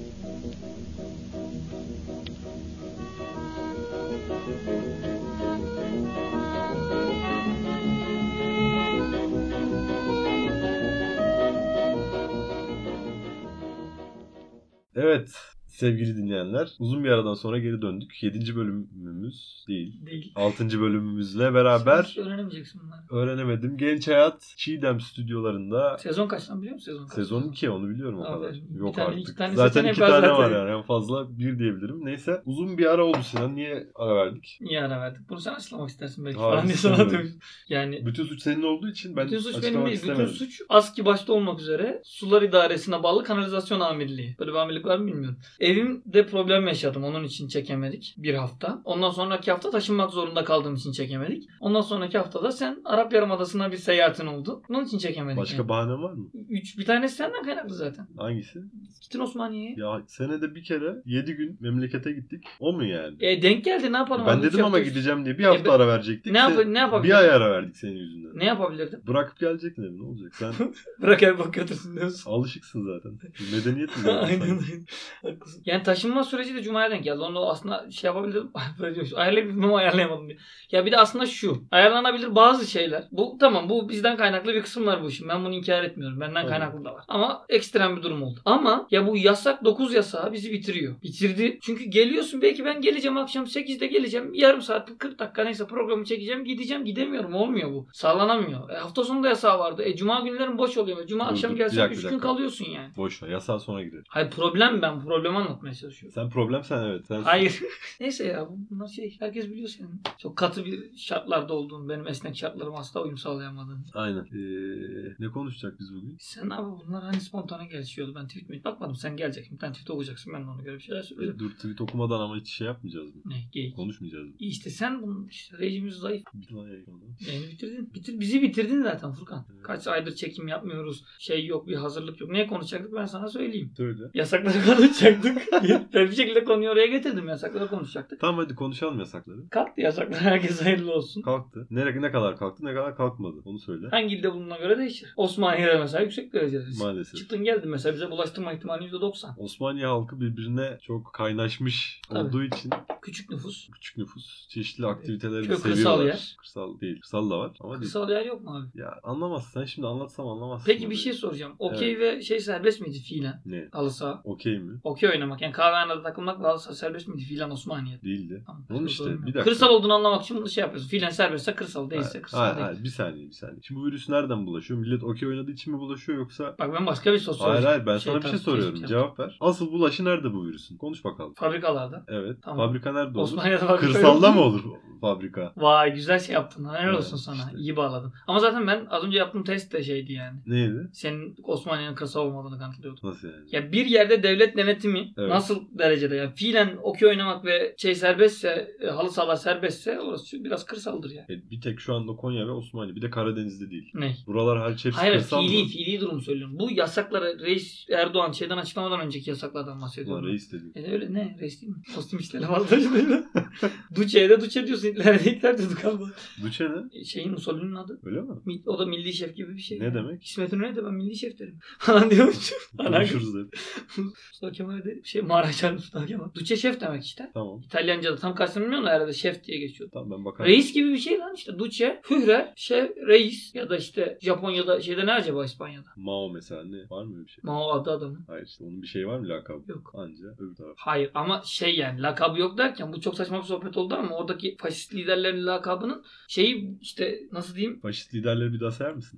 Evet sevgili dinleyenler, uzun bir aradan sonra geri döndük. 7. bölümümüz değil. 6. bölümümüzle beraber sen öğrenemeyeceksin bunları. Öğrenemedim. Genç Hayat Çiğdem stüdyolarında. Sezon kaçtan biliyor musun? Sezon 2 onu biliyorum o kadar. Yok tane, artık. Tane zaten 2 tane var yani en fazla 1 diyebilirim. Neyse uzun bir ara oldu Sinan. Niye ara verdik? Niye ara verdik? Bunu sen açıklamak istersin belki Hayır, falan diye sana diyorum. Yani bütün suç senin olduğu için ben bütün suç açıklamak benim değil. istemedim. Bütün suç ASKİ başta olmak üzere Sular İdaresi'ne bağlı kanalizasyon amirliği. Böyle bir amirlik var mı bilmiyorum. Evimde problem yaşadım. Onun için çekemedik bir hafta. Ondan sonraki hafta taşınmak zorunda kaldığım için çekemedik. Ondan sonraki haftada sen Arap Yarımadası'na bir seyahatin oldu. Onun için çekemedik. Başka yani. bahane var mı? Bir tanesi senden kaynaklı zaten. Hangisi? Gittin Osmaniye'ye. Ya senede bir kere 7 gün memlekete gittik. O mu yani? Denk geldi ne yapalım? Ben abi? dedim ama gideceğim diye. Bir hafta ara verecektik. Ne yapabilirdim? Bir ay ara verdik senin yüzünden. Ne yapabilirdim? Bırakıp gelecektin evine. Ne olacak? Sen bırak ev bak götürsün diyorsun. alışıksın zaten. Medeniyet mi? Aynen. Haklısın. Yani taşınma süreci de Cuma'ya denk geldi. Onu aslında şey yapabilirim. Ayarlayabildim ama ayarlayamadım diye. Ya bir de aslında şu. Ayarlanabilir bazı şeyler. Bu tamam bu bizden kaynaklı bir kısım var bu işin. Ben bunu inkar etmiyorum. Benden kaynaklı da var. Ama ekstrem bir durum oldu. Ama ya bu yasak 9 yasağı bizi bitiriyor. Bitirdi. Çünkü geliyorsun belki ben geleceğim akşam 8'de geleceğim. Yarım saat 40 dakika neyse programı çekeceğim. Gideceğim. Gidemiyorum. Olmuyor bu. Sağlanamıyor. Hafta sonunda yasağı vardı. Cuma günlerin boş oluyor. Cuma akşam gelsen 3 gün kalıyorsun yani. Boş ver. Yasağı sonra gidelim. Hayır problem ben. Problemi anlatmaya çalışıyorum. Sen problem sen evet. Sen Hayır. Neyse ya bunlar şey herkes biliyor senin. Çok katı bir şartlarda olduğunu, benim esnek şartlarıma asla uyum sağlayamadığını. Aynen. Ne konuşacak biz bugün? Sen abi bunlar hani spontane gelişiyordu. Ben tweet mi bakmadım. Sen geleceksin. Ben tweet okuyacaksın. Ben de ona göre bir şeyler söyleyeceğim. Dur tweet okumadan ama hiç şey yapmayacağız mı? Ne? Geyik. Konuşmayacağız mı? İşte sen bunun işte rejimiz zayıf. Yani bitirdin. Bizi bitirdin zaten Furkan. Evet. Kaç aydır çekim yapmıyoruz. Şey yok bir hazırlık yok. Ne konuşacaktık ben sana söyleyeyim. Söyle. Yasakları konuşacaktık. Ben bir şekilde konuyu oraya getirdim. Yasakları konuşacaktık. Tamam hadi konuşalım yasakları. Kalktı yasaklar. Herkes hayırlı olsun. Kalktı. Ne kadar kalktı ne kadar kalkmadı. Onu söyle. Hangi ilde bulunduğuna göre değişir. Osmaniye'de mesela yüksek derecede. Maalesef. Çıktın geldin mesela bize bulaştırma ihtimali %90. Osmaniye halkı birbirine çok kaynaşmış olduğu için. Küçük nüfus. Çeşitli aktiviteleri seviyorlar. Kırsal yer. Kırsal değil. Kırsal da var. Ama kırsal yer yok mu abi? Ya anlamazsın. Sen şimdi anlatsam anlamazsın. Peki bir şey soracağım. Okey ve serbest miydi fiilen? Ne? Halı saha. Okey mi? Okey oynamak. Yani kahvehanede takılmak ve halı saha serbest miydi fiilen Osmaniye'de? Değildi. Tamam, onun işte bir dakika. Kırsal olduğunu anlamak için bunu şey yapıyorsun. Fiilen serbestse kırsal değilse kırsal değil. Hayır bir saniye. Şimdi bu virüs nereden bulaşıyor? Millet okey oynadığı için mi bulaşıyor yoksa? Bak ben başka bir sosyolojik. Hayır ben sana bir şey soruyorum. Cevap ver. Asıl bulaşı nerede bu virüsün? Konuş bakalım. Fabrikalarda. Evet. Tamam. Fabrika nerede olur? Osmaniye'de fabrika. Kırsalda mı olur fabrika? Vay güzel şey yaptın. Helal olsun sana. İşte. İyi bağladın. Ama zaten ben az önce yaptığım test de şeydi yani. Neydi? Senin Osmaniye'nin kırsal olmadığını kanıtlıyordu. Nasıl yani? Ya bir yerde devlet denetimi nasıl derecede ya fiilen okey oynamak ve serbestse halı sahalar serbestse orası biraz kırsaldır yani. Bir tek şu anda Konya ve Osmaniye bir de Karadeniz'de değil. Ne? Buralar hepsi hayır, kırsal mı? Fiili durum söylüyorum. Bu yasakları Reis Erdoğan açıklamadan önceki yasaklardan bahsediyorum. Reis dedi. Öyle ne? Reis değil mi? Kostüm işleri vallahi. Duçe'ye de Duçe diyorsun. Hitler diyorduk abi. Duçe ne? Şeyin Mussolini'nin adı. Öyle mi? O da milli şef gibi bir şey. Ne demek? İsmet İnönü'ye de ben milli şef derim. Falan diyormuş. Konuşuruz dedi. Mustafa Kemal'e de Mahraçan Mustafa Kemal. Duçe şef demek işte. Tamam. İtalyanca'da tam karşısını bilmiyorum da herhalde şef diye geçiyor. Tamam ben bakarım. Reis gibi bir şey lan işte. Duçe, Führer, şef, reis ya da işte Japonya'da ne acaba İspanya'da? Mao mesela ne? Var mı öyle bir şey? Mao adı adamın. Hayır işte onun bir şeyi var mı lakabı? Yok. Anca öbür taraf. Hayır ama yani lakabı yok derken bu çok saçma bir sohbet oldu ama oradaki faşist liderlerin lakabının işte nasıl diyeyim? Faşist liderleri bir daha sayar mısın?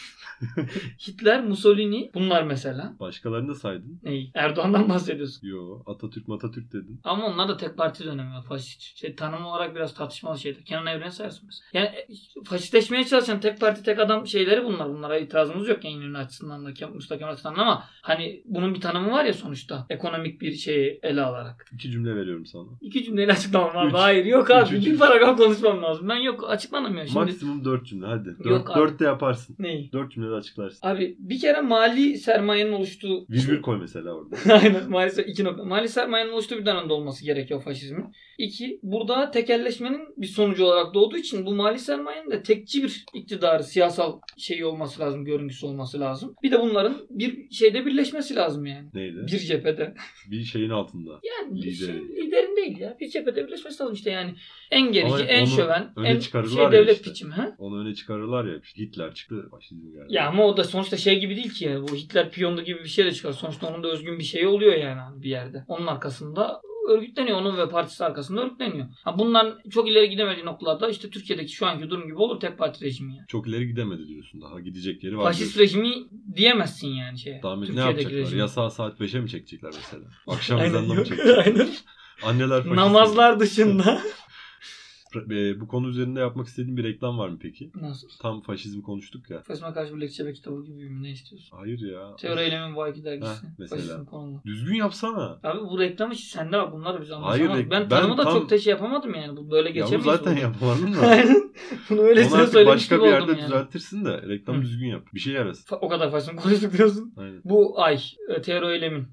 Hitler, Mussolini bunlar mesela. Başkalarını da saydın. Neyi? Erdoğan'dan bahsediyorsun. Yo Atatürk dedin. Ama onlar da tek parti dönemi var. Faşist tanım olarak biraz tartışmalı şeyler. Kenan Evren'i sayarsın mesela. Yani faşistleşmeye çalışan tek parti tek adam şeyleri bunlar. Bunlara itirazımız yok yani İnönü açısından da Mustafa Kemal açısından ama hani bunun bir tanımı var ya sonuçta. Ekonomik bir şeyi ele alarak. 2 cümle veriyorum sana. 2 cümleyle açıklamam lazım. Hayır yok abi. Bir paragraf konuşmam lazım. Ben yok açıklanamıyor. Şimdi... Maksimum 4 cümle hadi. Yok 4 de yaparsın. Neyi? 4 cümlede de açıklarsın. Abi bir kere mali sermayenin oluştuğu... Virgül koy mesela orada. Aynen maalesef 2 nokta. Mali sermayenin oluştuğu bir dönemde olması gerekiyor faşizmin. 2. Burada tekelleşmenin bir sonucu olarak doğduğu için bu mali sermayenin de tekçi bir iktidarı, siyasal şeyi olması lazım, görüntüsü olması lazım. Bir de bunların bir şeyde birleşmesi lazım yani. Neydi? Bir cephede. Bir şeyin altında. Yani Lideri. liderin değil ya. Bir cephede birleşmesi lazım işte yani. En gerici, Ama en onu şöven, öne en çıkarırlar ya devlet işte. biçimi. Ha? Onu öne çıkarırlar ya. İşte Hitler çıktı. Faşizm geldi. Ya ama o da sonuçta şey gibi değil ki yani. Bu Hitler piyonlu gibi bir şey de çıkar. Sonuçta onun da özgün bir şeyi oluyor yani bir yerde. Onun arkasında örgütleniyor. Onun ve partisi arkasında örgütleniyor. Ha bundan çok ileri gidemediği noktalarda işte Türkiye'deki şu anki durum gibi olur tek parti rejimi yani. Çok ileri gidemedi diyorsun. Daha gidecek yeri var. Faşist diyorsun. rejimi diyemezsin yani şeye. Daha ne Türkiye'deki yapacaklar? rejimi. Yasağı saat 5'e mi çekecekler mesela? Akşam Aynen, ezanına mı yok. çekecekler? Aynen. Anneler faşist. Namazlar dışında. Bu konu üzerinde yapmak istediğin bir reklam var mı peki? Nasıl? Tam faşizm konuştuk ya. Faşizme karşı bir lekçe kitabı gibi mi ne istiyorsun? Hayır ya. Teori Eylemin Vaki dergisi. Heh, mesela. Faşizm konulu. Düzgün yapsana. Abi bu reklam işi sende bak bunları biz Hayır, anlaşamadık. Ben ben tanımı da tam- çok şey yapamadım yani. Bu böyle Ya geçemeyiz. bu zaten bunu. yapamadım da. Aynen. Bunu Onu öylesine artık söylemiş başka gibi bir oldum yerde yani. düzeltirsin de reklamı Hı. düzgün yap. Bir şey yarasın. O kadar faşizm konuştuk diyorsun. Aynen. Bu ay Teori Eylem'in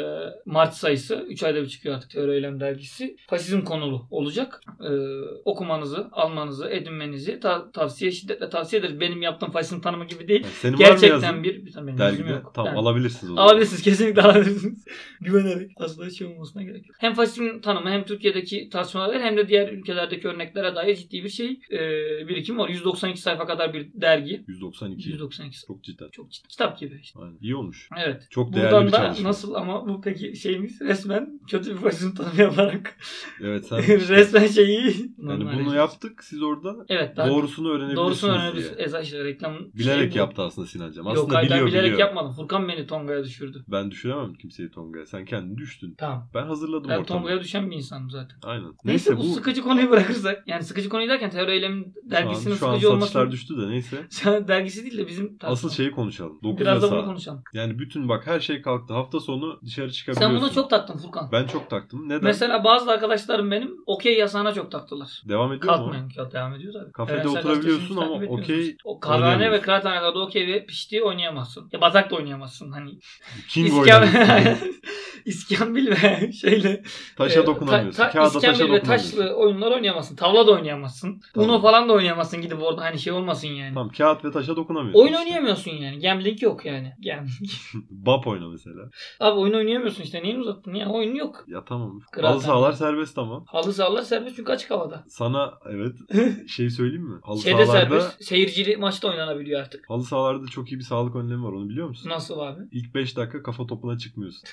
Mart sayısı 3 ayda bir çıkıyor artık Teori Eylem dergisi. Faşizm konulu olacak. Okumanızı, almanızı, edinmenizi şiddetle tavsiye ederiz. Benim yaptığım faşizm tanımı gibi değil. Yani senin var mı Gerçekten yazın? bir tane benim yüzüm Dergide. yok. Tamam Yani alabilirsiniz o zaman. alabilirsiniz. Kesinlikle alabilirsiniz. Güvenerek. Asla şey olmasına gerek yok. Hem faşizm tanımı hem Türkiye'deki tartışmalar hem de diğer ülkelerdeki örneklere dair ciddi bir şey birikim var. 192 sayfa kadar bir dergi. 192. 192. Çok cidden. Çok ciddi. Kitap gibi işte. Aynen. İyi olmuş. Evet. Çok değerli Buradan bir da çalışma. nasıl ama bu peki şeyimiz resmen kötü bir faşizm tanımı yaparak Evet sen resmen şeyi yani normal bunu yaptık siz orada evet, daha doğrusunu öğrenebilirsiniz doğrusunu diye. öğrenebiliriz. Eza işte reklamın Bilerek şeyi bu. yaptı aslında Sinancığım. Yok Aslında hayır, ben biliyor bilerek biliyor. yapmadım. Furkan beni Tonga'ya düşürdü. Ben düşüremem kimseyi Tonga'ya. Sen kendin düştün. Tamam. Ben hazırladım Ben ortamı. Tonga'ya düşen bir insanım zaten. Aynen. Neyse bu sıkıcı konuyu bırakırsak. Yani sıkıcı konuyu derken Teori Eylem'in dergisinin şu an sıkıcı satışlar olması. düştü de neyse. Şu an dergisi değil de bizim Asıl tartışmamız. şeyi konuşalım. 9 Biraz da bunu yasağı. konuşalım. Yani bütün bak her şey kalktı. Hafta sonu dışarı çıkabiliyorsun. Sen buna çok taktın Furkan. Ben çok taktım. Neden? Mesela bazı arkadaşlarım benim okey yasağına çok taktılar. Devam ediyor mu? Kalkmayın. Ya devam ediyor tabii. Kafede Evrensel oturabiliyorsun gazetesini ama takip okey etmiyorsun. O kahvehane ve oynayamıyorsun. kıraathanelerde okey ve pişti oynayamazsın. Ya batak da oynayamazsın. Hani King oynadı. İskambil ve şeyle Taşa dokunamıyorsun. Kağıda taşa İskambil ve dokunamıyorsun. taşlı oyunlar oynayamazsın. Tavla da oynayamazsın. Tamam. Uno falan da oynayamazsın gidip orada hani şey olmasın yani. Tamam kağıt ve taşa dokunamıyorsun. Oyun işte. oynayamıyorsun yani. Gambling yok yani. Gambling. Bap oyna mesela. Abi oyun oynayamıyorsun işte. Neyin uzattın ya? Oyun yok. Ya tamam. Kıraathane. Halı sahalar serbest ama. Halı sahalar serbest çünkü açık havada. Sana evet şey söyleyeyim mi? Halı Şeyde sahalarda serbest. Seyircili maçta oynanabiliyor artık. halı sahalarda çok iyi bir sağlık önlemi var onu biliyor musun? Nasıl abi? İlk 5 dakika kafa topuna çıkmıyorsun.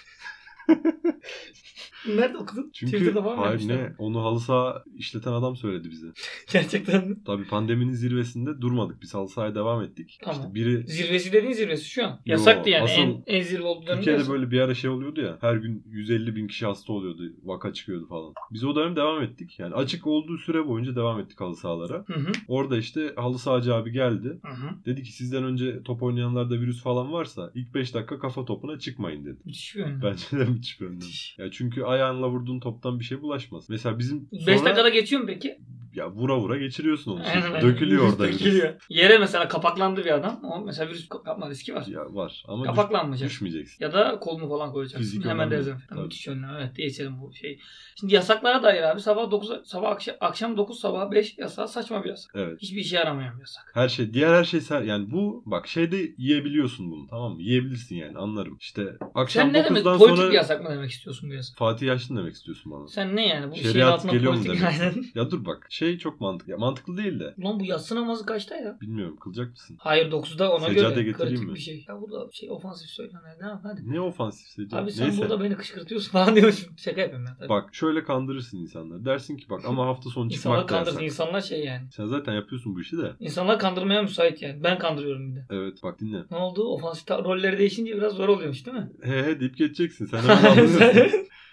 Nerede okudun? Çünkü Twitter'da falan hayır yapmışlar. ne onu halı saha işleten adam söyledi bize. Gerçekten mi? Tabii pandeminin zirvesinde durmadık. Biz halı sahaya devam ettik. Tamam. İşte biri Zirvesi dediğin zirvesi şu an. Yasaktı yani. asıl En zirve olduğu dönemde Türkiye'de yasak. böyle bir ara şey oluyordu ya. Her gün 150 bin kişi hasta oluyordu. Vaka çıkıyordu falan. Biz o dönem devam ettik. Yani açık olduğu süre boyunca devam ettik halı sahalara. Hı hı. Orada işte halı sahacı abi geldi. Hı hı. Dedi ki sizden önce top oynayanlarda virüs falan varsa ilk 5 dakika kafa topuna çıkmayın dedi. Müthiş bir önlem. Bence de müthiş bir önlem. Ya çünkü ayağınla vurduğun toptan bir şey bulaşmaz. Mesela bizim 5 sonra dakikada geçiyor mu peki? ya vura vura geçiriyorsun onu. Aynen, aynen. Dökülüyor Virüs orada virüs. dökülüyor. Yere mesela kapaklandı bir adam. O mesela virüs kapma riski var. Ya var ama Kapaklanmayacak. düşmeyeceksin. Ya da kolunu falan koyacaksın. Fizik Hemen önemli. dezenfektan. Tabii. Müthiş önlem. Evet değişelim bu şey. Şimdi yasaklara dair abi akşam 9 sabah 5 yasağı saçma bir yasak. Evet. Hiçbir işe yaramayan bir yasak. Diğer her şey yani bu bak şeyde yiyebiliyorsun bunu tamam mı? Yiyebilirsin yani anlarım. İşte akşam Sen ne demek 9'dan politik sonra bir yasak mı demek istiyorsun bu yasak? Fatih Yaşlı demek istiyorsun bana. Sen ne yani? Bu şeyin Şeriat altında geliyor mu politik demek? aynen. Ya dur bak şey çok mantıklı. Ya mantıklı değil de. Ulan bu yatsı namazı kaçta ya? Bilmiyorum kılacak mısın? Hayır 9'da ona Seccade göre getireyim kritik mi? bir şey. Ya bu da şey ofansif söylemler. Ne yap hadi. Ne ofansif seccade? Abi sen Neyse. burada beni kışkırtıyorsun falan diyorsun. Şaka yapıyorum ben tabii. Bak şöyle kandırırsın insanları. Dersin ki bak ama hafta sonu İnsanlar çıkmak da kandırsın. yasak. İnsanlar şey yani. Sen zaten yapıyorsun bu işi de. İnsanlar kandırmaya müsait yani. Ben kandırıyorum bir de. Evet bak dinle. Ne oldu? Ofansif rolleri değişince biraz zor oluyormuş değil mi? He deyip geçeceksin. Sen hemen anlıyorsun.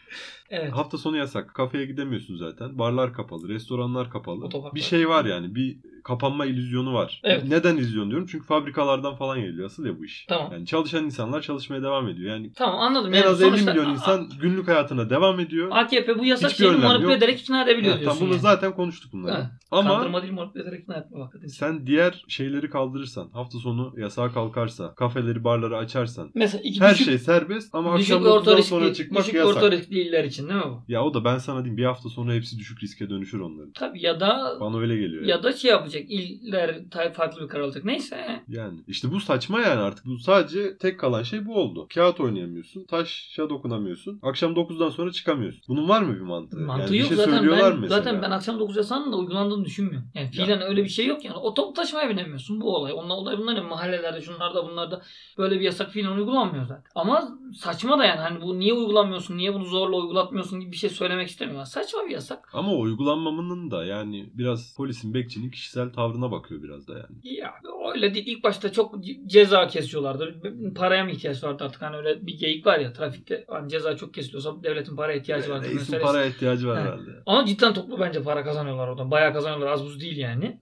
Evet. Hafta sonu yasak. Kafeye gidemiyorsun zaten. Barlar kapalı. Restoranlar kapalı. Otoparklar. Bir şey var yani. Bir kapanma illüzyonu var. Evet. Neden illüzyon diyorum? Çünkü fabrikalardan falan geliyor asıl ya bu iş. Tamam. Yani çalışan insanlar çalışmaya devam ediyor. Yani Tamam, anladım. en Yani az 50 sonuçta milyon insan günlük hayatına devam ediyor. AKP bu yasak Hiçbir şeyini önlem manipüle yok. ederek ikna edebiliyor diyorsun Bunu yani. zaten konuştuk bunları. Ha. Ama Kandırma değil, manipüle ederek ikna etme bak. sen diğer şeyleri kaldırırsan, hafta sonu yasağa kalkarsa, kafeleri, barları açarsan, Mesela her şey serbest ama akşam 9'dan sonra çıkmak düşük yasak. orta riskli iller için değil mi bu? Ya o da ben sana diyeyim, bir hafta sonra hepsi düşük riske dönüşür onların. Tabii, ya da Bana öyle geliyor yani. ya da şey yapacak, iller farklı bir karar alacak. Neyse. Yani işte bu saçma yani artık. Bu sadece tek kalan şey bu oldu. Kağıt oynayamıyorsun. Taşa dokunamıyorsun. Akşam 9'dan sonra çıkamıyorsun. Bunun var mı bir mantığı? Mantığı yani yok bir şey zaten. söylüyorlar Ben mesela. zaten akşam 9 yasağının da uygulandığını düşünmüyorum. Yani fiilen öyle bir şey yok yani. O toplu taşımaya binemiyorsun, bu olay. Onlar olay bunlar ya, mahallelerde şunlarda bunlarda böyle bir yasak fiilen uygulanmıyor zaten. Ama saçma da yani, hani bu niye uygulanmıyorsun, niye bunu zorla uygulatmıyorsun gibi bir şey söylemek istemiyorum. Saçma bir yasak. Ama o uygulanmamanın da yani biraz polisin, bekçinin kişisel tavrına bakıyor biraz da yani. Ya öyle değil. İlk başta çok ceza kesiyorlardı. Paraya mı ihtiyaç vardı artık? Hani öyle bir geyik var ya trafikte. Hani ceza çok kesiliyorsa devletin paraya ihtiyacı vardır. Reisin paraya ihtiyacı var herhalde. Ama cidden toplu bence para kazanıyorlar oradan. Bayağı kazanıyorlar. Az buz değil yani.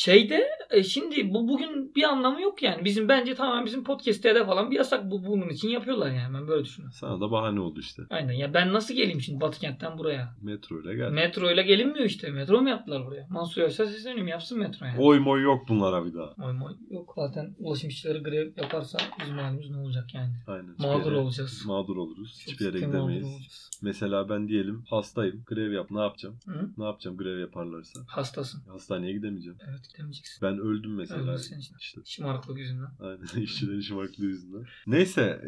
Şimdi bugün bir anlamı yok yani. Bence tamamen bizim podcast'te falan bir yasak bunun için yapıyorlar yani. Ben böyle düşünüyorum. Sana da bahane oldu işte. Aynen. Ya ben nasıl geleyim şimdi Batı kentten buraya? Metro ile gel. Metro ile gelinmiyor işte. Metro mu yaptılar buraya? Mansur Yavaş'a sesleniyorum. Yapsın metro yani. Oy moy yok bunlara bir daha. Oy yok. Zaten ulaşım işçileri grev yaparsa bizim halimiz ne olacak yani? Aynen. Mağdur olacağız. Mağdur oluruz. Çok Hiçbir yere ciddi mağdur gidemeyiz. olacağız. Mesela ben diyelim hastayım. Grev yap. Ne yapacağım? Hı? Ne yapacağım grev yaparlarsa? Hastasın. Hastaneye gidemeyeceğim. Evet, gidemeyeceksin. Ben öldüm mesela. Öldürsün işte. İşte. Şımarıklık yüzünden. Aynen, işçilerin şımarıklığı yüzünden. Neyse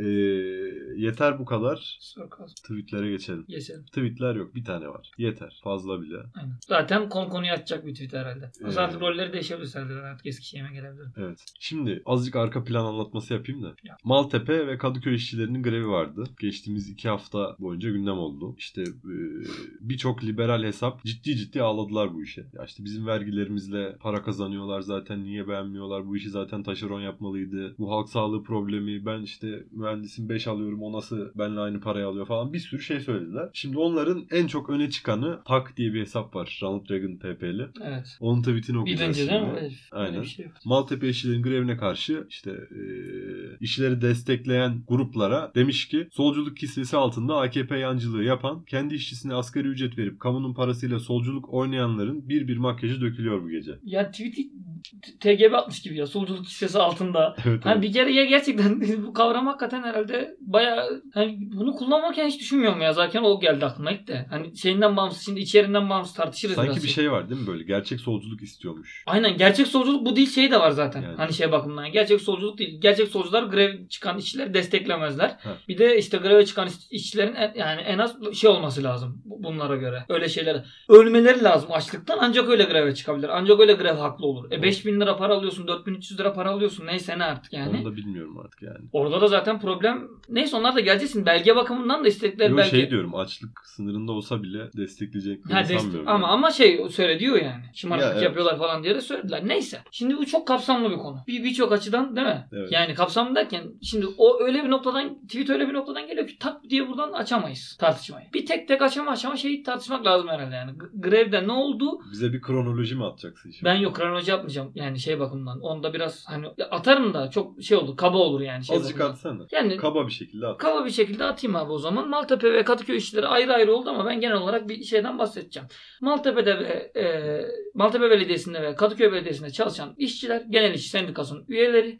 yeter bu kadar. Sor kalsın. Tweetlere geçelim. Geçelim. Tweetler yok, bir tane var. Yeter. Fazla bile. Aynen. Zaten konuyu açacak bir tweet herhalde. Artık rolleri değişebilir herhalde. Artık Eskişehir'e gelebilirim. Evet. Şimdi azıcık arka plan anlatması yapayım da. Ya. Maltepe ve Kadıköy işçilerinin grevi vardı. Geçtiğimiz 2 hafta boyunca gündem oldu. İşte birçok liberal hesap ciddi ağladılar bu işe. Ya işte bizim vergilerimizle para kazanıyorlar zaten, niye beğenmiyorlar? Bu işi zaten taşeron yapmalıydı. Bu halk sağlığı problemi. Ben işte mühendisim 5 alıyorum, o nasıl benimle aynı parayı alıyor falan. Bir sürü şey söylediler. Şimdi onların en çok öne çıkanı Tak diye bir hesap var. Ronald Reagan PP'li. Evet. Onun tweetini okuyacağız Birinci değil mi? şimdi. Aynen. Aynen. Şey Maltepe işçilerin grevine karşı işte işçileri destekleyen gruplara demiş ki solculuk kisvesi altında AKP yancılığı yapan, kendi işçisine asgari ücret verip kamunun parasıyla solculuk oynayanların bir makyajı dökülüyor bu gece. Ya tweet'i TGB atmış gibi ya. Solculuk hissesi altında. Evet, Hani bir kere ya gerçekten bu kavram hakikaten herhalde bayağı, hani bunu kullanırken hiç düşünmüyorum ya. Zaten o geldi aklıma ilk de. Hani şeyinden bağımsız, şimdi içeriğinden bağımsız tartışırız sanki biraz. bir şey var değil mi böyle? Gerçek solculuk istiyormuş. Aynen, gerçek solculuk bu değil, şey de var zaten. Yani. Hani şey bakımından. Gerçek solculuk değil. Gerçek solcular grev çıkan işçileri desteklemezler. Ha. Bir de işte greve çıkan işçilerin yani en az şey olması lazım bunlara göre. Öyle şeyler. Ölmeleri lazım açlıktan, ancak öyle greve çıkabilir. Ancak öyle grev haklı olur. 5.000 lira para alıyorsun, 4.300 lira para alıyorsun. Neyse ne artık yani. Onu da bilmiyorum artık yani. Orada da zaten problem. Neyse, onlar da geleceksin. Belge bakımından da istekleri Yo, belge. şey diyorum, açlık sınırında olsa bile destekleyeceklerini sanmıyorum. Ama şey söyle diyor yani. Şımarıklık evet. yapıyorlar falan diye de söylediler. Neyse. Şimdi bu çok kapsamlı bir konu. Birçok açıdan değil mi? Evet. Yani kapsamlı derken şimdi o öyle bir noktadan, tweet öyle bir noktadan geliyor ki tak diye buradan açamayız tartışmayı. Bir tek aşama şeyi tartışmak lazım herhalde yani. Grevde ne oldu? Bize bir kronoloji mi atacaksın şimdi? Ben yok, kronoloji yapmayacağım yani şey bakımından. Onda biraz hani atarım da çok şey olur, kaba olur yani. Şey azıcık bakımından. atsana. Yani Kaba bir şekilde at. kaba bir şekilde atayım abi o zaman. Maltepe ve Kadıköy işçileri ayrı oldu ama ben genel olarak bir şeyden bahsedeceğim. Maltepe'de ve Maltepe Belediyesi'nde ve Kadıköy Belediyesi'nde çalışan işçiler, Genel İş Sendikası'nın üyeleri,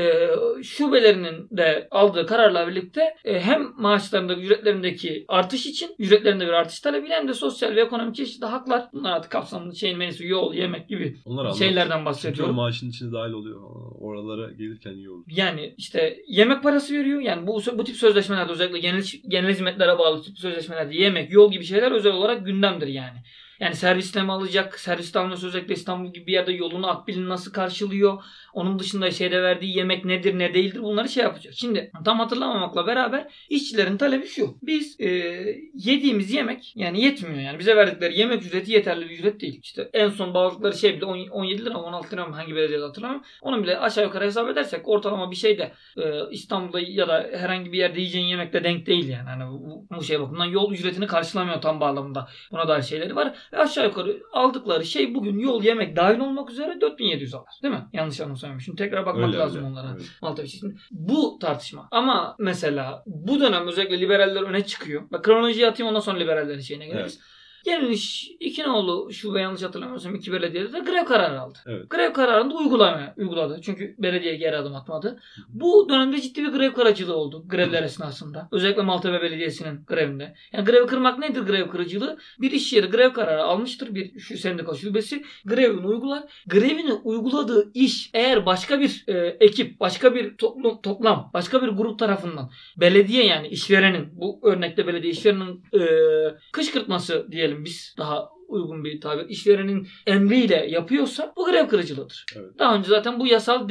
şubelerinin de aldığı kararla birlikte hem maaşlarındaki, ücretlerindeki artış için, ücretlerinde bir artış talebiyle, hem de sosyal ve ekonomik çeşitli haklar. Bunlar artık kapsamlı şeyin menüsü, yol, yemek gibi şeylerden Çünkü o bahsediyorum. maaşın içine dahil oluyor. Oralara gelirken iyi olur. Yani işte yemek parası veriyor. Yani bu tip sözleşmelerde, özellikle genel hizmetlere bağlı tip sözleşmelerde yemek, yol gibi şeyler özel olarak gündemdir yani. Yani serviste mi alacak? Serviste almıyorsa özellikle İstanbul gibi bir yerde yolunu Akbil'in nasıl karşılıyor? Onun dışında şeyde verdiği yemek nedir ne değildir bunları şey yapacak. Şimdi tam hatırlamamakla beraber işçilerin talebi şu. Biz yediğimiz yemek yani yetmiyor yani. Bize verdikleri yemek ücreti yeterli bir ücret değil. İşte en son bağladıkları şey bile 17 lira 16 lira mı hangi belediyede hatırlamıyorum. Onun bile aşağı yukarı hesap edersek ortalama bir şey de İstanbul'da ya da herhangi bir yerde yiyeceğin yemekle denk değil yani. Hani bu şey bakımından yol ücretini karşılamıyor tam bağlamında. Buna dair şeyleri var. Ve aşağı yukarı aldıkları şey bugün yol yemek dahil olmak üzere 4700 dolar. Değil mi? Yanlış anımsamıyorum. Şimdi tekrar bakmak Öyle, lazım öyle. onlara. Evet. Malta Beşiktaş'ın. Bu tartışma. Ama mesela bu dönem özellikle liberaller öne çıkıyor. Bak kronolojiyi atayım ondan sonra liberallerin şeyine geliriz. Evet. Gelmiş İkinoğlu şube yanlış hatırlamıyorsam 2 belediyede de grev kararı aldı. Evet. Grev kararını da uyguladı. Çünkü belediye geri adım atmadı. Bu dönemde ciddi bir grev karacılığı oldu grevler esnasında. Özellikle Maltepe Belediyesi'nin grevinde. Yani grevi kırmak nedir grev kırıcılığı? Bir iş yeri grev kararı almıştır. Bir sendika şubesi grevini uygular. Grevini uyguladığı iş eğer başka bir ekip, başka bir toplam, başka bir grup tarafından belediye yani işverenin bu örnekte belediye işverenin kışkırtması diyelim biz daha uygun bir tabir işverenin emriyle yapıyorsa bu grev kırıcılığıdır. Evet. Daha önce zaten bu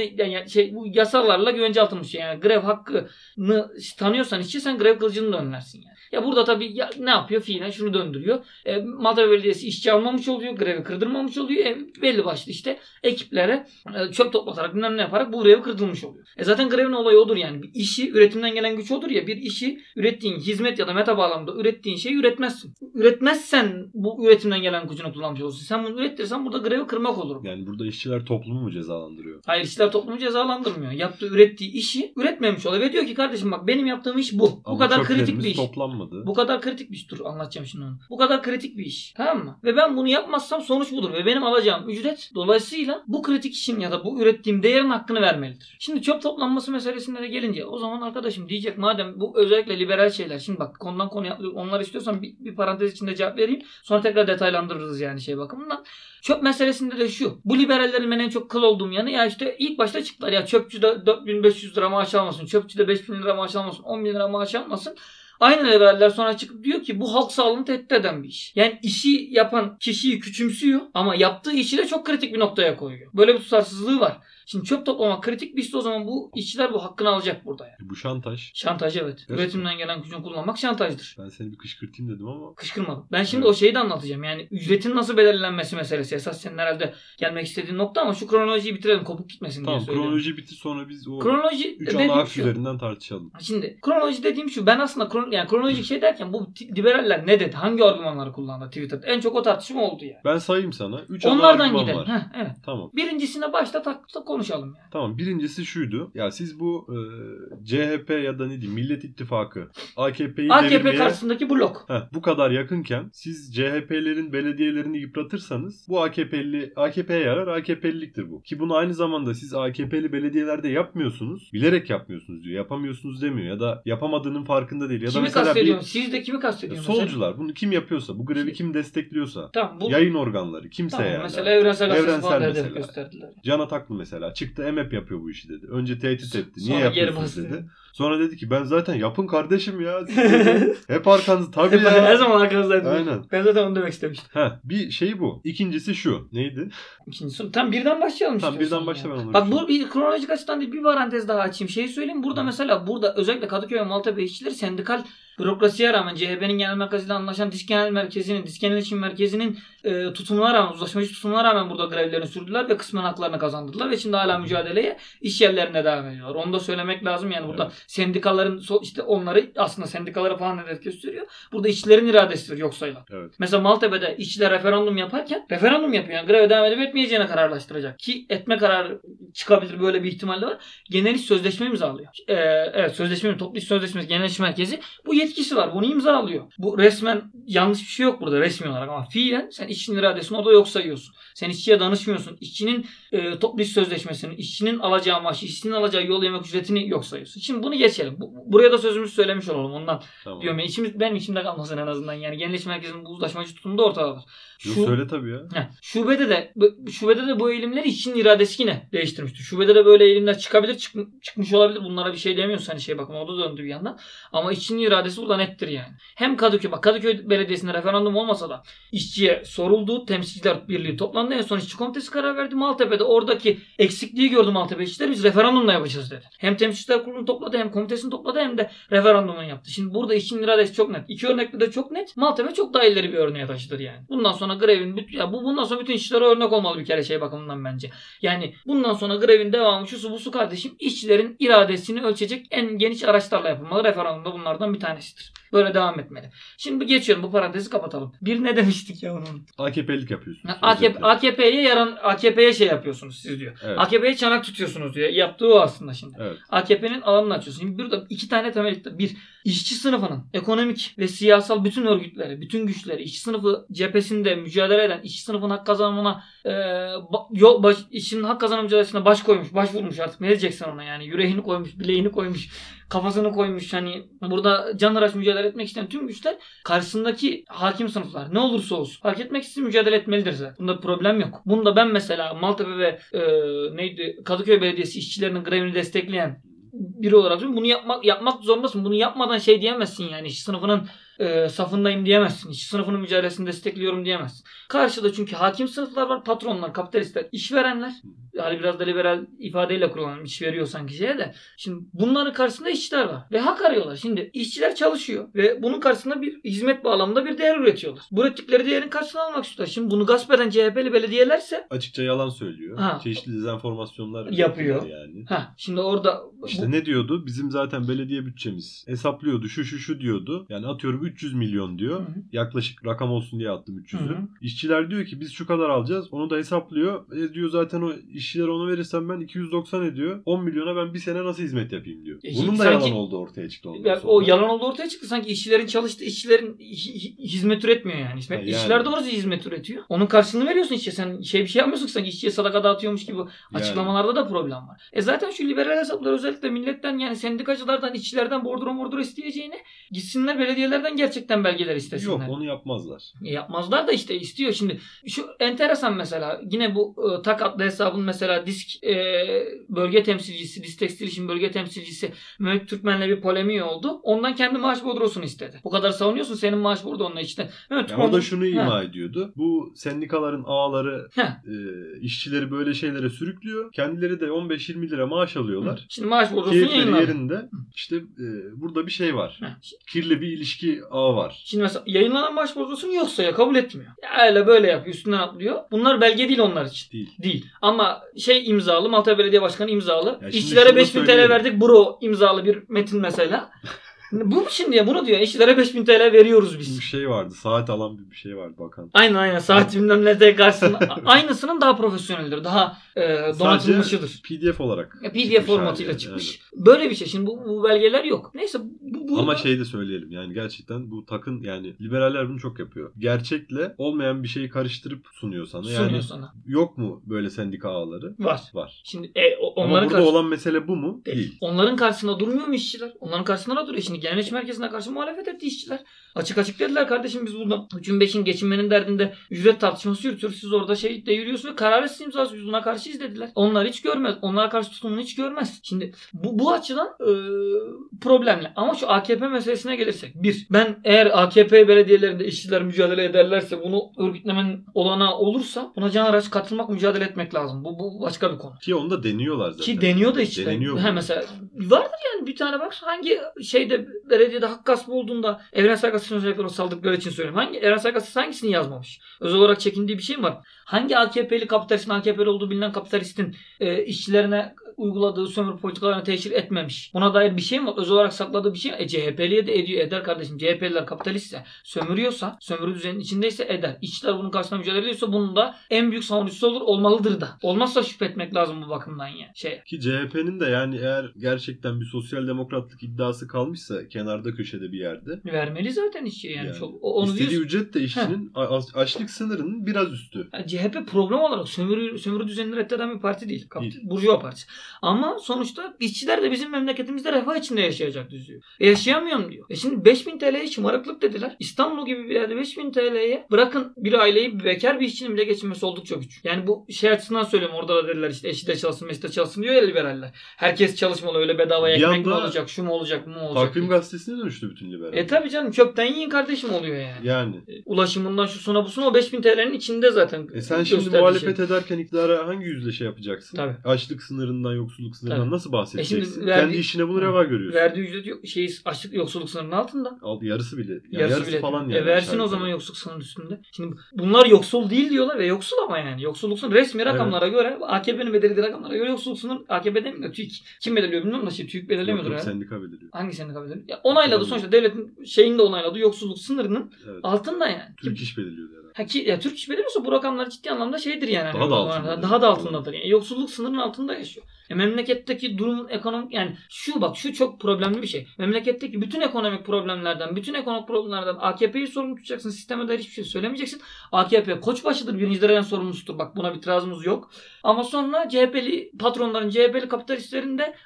bu yasalarla güvence altında şey yani grev hakkını tanıyorsan işçi sen grev kırıcılığını da önlersin yani. Ya burada tabii ne yapıyor? Fiilen şunu döndürüyor. Maltepe Belediyesi işçi almamış oluyor, grevi kırdırmamış oluyor. Belli başlı işte ekiplere çöp toplatarak bilmem ne yaparak bu grevi kırdırmış oluyor. Zaten grevin olayı odur yani. Bir işi üretimden gelen güç odur ya. Bir işi ürettiğin hizmet ya da meta bağlamda ürettiğin şeyi üretmezsin. Üretmezsen bu üretimden gelen gücünü kullanmış olursun. Sen bunu ürettirirsen burada grevi kırmak olur. Yani burada işçiler toplumu mu cezalandırıyor? Hayır işçiler toplumu cezalandırmıyor. Ürettiği işi üretmemiş oluyor ve diyor ki kardeşim bak benim yaptığım iş bu. Ama bu kadar kritik bir iş. toplanmadı. Bu kadar kritik bir iş. Dur anlatacağım şimdi onu. Bu kadar kritik bir iş. Tamam mı? Ve ben bunu yapmazsam sonuç budur. Ve benim alacağım ücret dolayısıyla bu kritik işin ya da bu ürettiğim değerin hakkını vermelidir. Şimdi çöp toplanması meselesine de gelince o zaman arkadaşım diyecek madem bu özellikle liberal şeyler. Şimdi bak konudan konuya onlar istiyorsan bir parantez içinde cevap vereyim. Sonra tekrar detaylandırırız yani şey bakımından. Çöp meselesinde de şu. Bu liberallerin ben en çok kıl olduğum yanı ya işte ilk başta çıktılar ya çöpçü de 4500 lira maaş almasın. Çöpçü de 5000 lira maaş almasın. 10.000 lira maaş almasın. Aynı liberaller sonra çıkıp diyor ki bu halk sağlığını tehdit eden bir iş. Yani işi yapan kişiyi küçümsüyor ama yaptığı işi de çok kritik bir noktaya koyuyor. Böyle bir tutarsızlığı var. Şimdi çöp toplamak kritik bir işte o zaman bu işçiler bu hakkını alacak burada yani. Bu şantaj. Şantaj evet. Gerçekten. Üretimden gelen gücünü kullanmak şantajdır. Ben seni bir kışkırtayım dedim ama. Kışkırmadım. Ben şimdi Evet. o şeyi de anlatacağım. Yani ücretin nasıl belirlenmesi meselesi. Esas senin herhalde gelmek istediğin nokta ama şu kronolojiyi bitirelim. Kopuk gitmesin Tamam diye söylüyorum. kronoloji bitti sonra biz o Kronoloji 3 dediğim ana harf şu. üzerinden tartışalım. Şimdi kronoloji dediğim şu. Ben aslında kronolojik şey derken bu liberaller ne dedi? Hangi argümanları kullandı Twitter'da? En çok o tartışma oldu yani. Ben sayayım sana. 3 ana Onlardan argüman gidelim. var. Heh, evet. Tamam. Birincisine başta konuşalım yani. Tamam birincisi şuydu. Ya siz bu CHP ya da ne diyeyim Millet İttifakı AKP'yi AKP karşısındaki blok. bu kadar yakınken siz CHP'lerin belediyelerini yıpratırsanız bu AKP'ye yarar AKP'liliktir bu. Ki bunu aynı zamanda siz AKP'li belediyelerde yapmıyorsunuz. Bilerek yapmıyorsunuz diyor. Yapamıyorsunuz demiyor ya da yapamadığının farkında değil. Ya da Kimi mesela kastediyorsun? Siz de kimi kastediyorsunuz? solcular bunu kim yapıyorsa bu grevi kim destekliyorsa Tamam, bu yayın organları kimse tamam, yani. mesela evrensel Evrensel falan hedef mesela. gösterdiler. Can Ataklı mesela çıktı MHP yapıyor bu işi dedi. Önce tehdit etti. Niye Sonra geri yapıyorsunuz bastı. dedi. Sonra dedi ki ben zaten yapın kardeşim ya. Siz dedi. Hep arkanızda tabii ya. Her zaman arkanızdaydım. Aynen. Ben zaten onu demek istemiştim. Bir şey bu. İkincisi şu. Neydi? İkincisi tam birden başlayalım Tamam istiyorsan birden başla ya. ben onu. Bak bu bir kronolojik açıdan değil bir parantez daha açayım. Şeyi söyleyeyim. Burada mesela özellikle Kadıköy ve Maltepe işçileri sendikal bürokrasiye rağmen CHP'nin genel merkeziyle anlaşan Disk Genel İletişim Merkezi'nin tutumuna rağmen, uzlaşmacı tutumuna rağmen burada grevlerini sürdüler ve kısmen haklarını kazandırdılar ve şimdi hala mücadeleye iş yerlerine devam ediyorlar. Onu da söylemek lazım. Yani burada sendikaların işte onları aslında sendikalara falan hedef gösteriyor. Burada işçilerin iradesidir yok sayılan. Evet. Mesela Maltepe'de işçiler referandum yaparken referandum yapıyor. Yani greve devam edip etmeyeceğine kararlaştıracak. Ki etme kararı çıkabilir böyle bir ihtimal de var. Genel iş sözleşme imzalıyor. Evet toplu iş sözleşmesi genel iş merkezi bu yetkisi var. Bunu imzalıyor. Bu resmen yanlış bir şey yok burada resmi olarak ama fiilen sen işçinin iradesini o da yok sayıyorsun. Sen işçiye danışmıyorsun. İşçinin toplu iş sözleşmesini, işçinin alacağı maaşı, işçinin alacağı yol yemek ücretini yok sayıyorsun. Şimdi bunu geçelim. Buraya da sözümüzü söylemiş olalım ondan. Tamam. Diyorum ya, benim içimde kalmasın en azından yani. Genelleşme merkezinin bu uzlaşmacı tutumu da ortadadır. Söyle tabii ya. Şubede de bu eğilimleri işçinin iradesi yine değiştirmiştir. Şubede de böyle eğilimler çıkabilir, çıkmış olabilir. Bunlara bir şey demiyorsun hani şey bakın, o da döndü bir yandan. Ama işçinin iradesi burada nettir yani. Hem Kadıköy Belediyesi'nde referandum olmasa da işçiye soruldu. Temsilciler Birliği toplandı. En son işçi komitesi karar verdi. Maltepe'de oradaki eksikliği gördü Maltepe işçiler. Biz referandumla yapacağız dedi. Hem temsilciler kurulunu topladı, hem komitesini topladı, hem de referandumunu yaptı. Şimdi burada işçinin iradesi çok net. İki örnekte de çok net. Maltepe çok daha ileri bir örneğe taşıdır yani. Bundan sonra bundan sonra bütün işçilere örnek olmalı bir kere şey bakımından bence. Yani bundan sonra grevin devamı şusu busu kardeşim, işçilerin iradesini ölçecek en geniş araçlarla yapılmalı. Referandumda bunlardan bir tanesidir. Böyle devam etmeli. Şimdi geçiyorum, bu parantezi kapatalım. Bir ne demiştik ya onun? AKP'lik yapıyorsunuz. AKP'ye şey yapıyorsunuz siz diyor. Evet. AKP'ye çanak tutuyorsunuz diyor. Yaptığı o aslında şimdi. Evet. AKP'nin alanını açıyorsun. Şimdi burada iki tane temel iddia. Bir, işçi sınıfının ekonomik ve siyasal bütün örgütleri, bütün güçleri, işçi sınıfı cephesinde mücadele eden, işçi sınıfının hak kazanımına işçinin hak kazanım mücadelesine başvurmuş artık. Ne diyeceksin ona yani? Yüreğini koymuş, bileğini koymuş, kafasını koymuş. Hani burada canhıraş mücadele etmek isteyen tüm güçler karşısındaki hakim sınıflar ne olursa olsun hak etmek için mücadele etmelidir zaten. Bunda problem yok. Bunda ben mesela Maltepe ve Kadıköy Belediyesi işçilerinin grevini destekleyen biri olarak bunu yapmak zorundasın. Bunu yapmadan şey diyemezsin yani, işçi sınıfının safındayım diyemezsin. İşçi sınıfının mücadelesini destekliyorum diyemezsin. Karşıda çünkü hakim sınıflar var, patronlar, kapitalistler, işverenler. Yani biraz da liberal ifadeyle kullanalım. İş veriyor sanki şeye de. Şimdi bunların karşısında işçiler var. Ve hak arıyorlar. Şimdi işçiler çalışıyor. Ve bunun karşısında bir hizmet bağlamında bir değer üretiyorlar. Bu ürettikleri değerin karşılığını almak istiyorlar. Şimdi bunu gasp eden CHP'li belediyelerse açıkça yalan söylüyor. Çeşitli dezenformasyonlar yapıyor. Yani. Şimdi orada İşte ne diyordu? Bizim zaten belediye bütçemiz hesaplıyordu. Şu diyordu. Yani atıyorum 300 milyon diyor. Hı-hı. Yaklaşık rakam olsun diye attım 300'ü. Hı-hı. İşçiler diyor ki biz şu kadar alacağız. Onu da hesaplıyor. Diyor zaten o işçilere onu verirsem ben 290 ediyor. 10 milyona ben bir sene nasıl hizmet yapayım diyor. Bunun da yalan olduğu ortaya çıktı. O yalan olduğu ortaya çıktı. Sanki işçilerin çalıştığı, işçilerin hizmet üretmiyor yani. İşçiler doğrusu hizmet üretiyor. Onun karşılığını veriyorsun işçiye. Sen bir şey yapmıyorsun ki sanki işçiye sadaka dağıtıyormuş gibi açıklamalarda da problem var. Zaten şu liberal hesaplar özellikle milletten yani sendikacılardan, işçilerden bordro isteyeceğine gitsinler belediyelerden gerçekten belgeler istesinler. Yok, onu yapmazlar. Yapmazlar da işte istiyor. Şimdi şu enteresan mesela yine bu TAK adlı hesabın mesela disk bölge temsilcisi, Disk Tekstil İş'in bölge temsilcisi Mehmet Türkmen'le bir polemiği oldu. Ondan kendi maaş bordrosunu istedi. Bu kadar savunuyorsun, senin maaş bordro onunla işte. O da şunu ima ediyordu. Bu sendikaların ağaları işçileri böyle şeylere sürüklüyor. Kendileri de 15-20 lira maaş alıyorlar. Şimdi maaş bordrosunu yayınlar. Yerinde. İşte burada bir şey var. Kirli bir ilişki ağı var. Şimdi mesela yayınlanan maaş bordrosunu yok sayıyor. Kabul etmiyor. Öyle böyle yapıyor. Üstünden atlıyor. Bunlar belge değil onlar için. Değil. Ama imzalı. Maltepe Belediye Başkanı imzalı. İşçilere 5.000 TL verdik. Bro imzalı bir metin mesela. Bu şimdi ya bunu diyor. İşçilere 5.000 TL veriyoruz biz. Bir şey vardı. Saat alan bir şey vardı bakan. Aynen. Saat bilmem ne karşısında. Aynısının daha profesyoneldir. Daha donatılmışıdır. PDF olarak. PDF formatıyla çıkmış. Yani. Böyle bir şey. Şimdi bu belgeler yok. Neyse. Ama şey de söyleyelim. Yani gerçekten bu takın yani liberaller bunu çok yapıyor. Gerçekle olmayan bir şeyi karıştırıp sunuyor sana. Yani sana. Yok mu böyle sendika ağları? Var. Şimdi onların ama burada olan mesele bu mu? Değil. Onların karşısında durmuyor mu işçiler? Onların karşısında da duruyor. Şimdi genelleşme merkezine karşı muhalefet etti işçiler. Açık dediler kardeşim biz burada 3'ün 5'in geçinmenin derdinde ücret tartışması yürütüyoruz. Siz orada de yürüyorsunuz ve karar siz imzalıyorsunuz. Biz buna karşıyız dediler. Onlar hiç görmez. Onlara karşı tutumunu hiç görmez. Şimdi bu açıdan problemli. Ama şu AKP meselesine gelirsek. Ben eğer AKP belediyelerinde işçiler mücadele ederlerse bunu örgütlemenin olanağı olursa buna canhıraş katılmak, mücadele etmek lazım. Bu başka bir konu. Ki onu da deniyorlar zaten. Ki deniyor da işçiler. Mesela vardır yani bir tane bak hangi belediyede hak gaspı olduğunda Evrensel Gazetesi'nin özellikle o saldıkları için söylüyorum. Evrensel Gazetesi hangisini yazmamış? Özel olarak çekindiği bir şey mi var? Hangi AKP'li kapitalistin, AKP'li olduğu bilinen kapitalistin işçilerine uyguladığı sömürü politikalarına teşhir etmemiş? Buna dair bir şey mi var? Özel olarak sakladığı bir şey mi? CHP'liye de eder kardeşim. CHP'liler kapitalistse, sömürüyorsa, sömürü düzeninin içindeyse eder. İşçiler bunun karşısında mücadele ediyorsa bunun da en büyük savunucusu olmalıdır da. Olmazsa şüphe etmek lazım bu bakımdan yani. Ki CHP'nin de yani eğer gerçekten bir sosyal demokratlık iddiası kalmışsa kenarda köşede bir yerde. Vermeli zaten işçi yani. Onu İstediği ücret de işçinin açlık sınırının biraz üstü. Yani CHP problem olarak sömürü düzenini reddeden bir parti değil. Burjuva partisi. Ama sonuçta işçiler de bizim memleketimizde refah içinde yaşayacak diyor. Yaşayamıyorum diyor. Şimdi 5.000 TL'ye şımarıklık dediler. İstanbul gibi bir yerde 5.000 TL'ye bırakın bir aileyi, bekar bir işçinin bile geçinmesi oldukça güç. Yani bu şey açısından söylüyorum. Orada da dediler işte eşi de çalışsın, meşi de çalışsın diyor ya liberaller. Herkes çalışmalı, öyle bedava ekmek mi olacak, şu mu olacak, bu mu olacak. Takvim gazetesine dönüştü bütün liberaller. Tabii canım, çöpten yiyin kardeşim oluyor yani. Yani. Ulaşımından şusuna busuna o 5.000 TL'nin içinde zaten. Sen şimdi muhalefet ederken iktidara hangi yüzle şey yapacaksın? Tabii. Açlık sınırından, yoksulluk sınırından Tabii. nasıl bahsedeceksin? Şimdi Kendi işine bunu reva görüyorsun. Verdiği ücret açlık yoksulluk sınırının altında. Yarısı bile. Yarısı bile falan yani. Versin o zaman yoksulluk sınırının üstünde. Şimdi bunlar yoksul değil diyorlar ve yoksul ama yani. Yoksulluk sınırı resmi rakamlara göre, AKP'nin belirlediği rakamlara göre yoksulluk sınırı AKP'de mi? TÜİK. Kim belirliyor bilmiyorum da TÜİK belirlemiyordur herhalde. Sendika belirliyor. Hangi sendika belirliyor? Ya onayladı sonuçta, devletin şeyini de onayladı. Yoksulluk sınırının altında yani. Türk İş belirliyor herhalde. Türk İş belirliyorsa bu rakamlar ciddi anlamda şeydir yani. Daha da altındadır. Daha da altındadır. Yani yoksulluk sınırının altında yaşıyor. Memleketteki durumun ekonomik, yani şu çok problemli bir şey. Memleketteki bütün ekonomik problemlerden AKP'yi sorumlu tutacaksın. Sisteme dair hiçbir şey söylemeyeceksin. AKP koçbaşıdır, birinci dereceden sorumlusudur. Bak buna bir itirazımız yok. Ama sonra CHP'li patronların, CHP'li kapitalistlerin de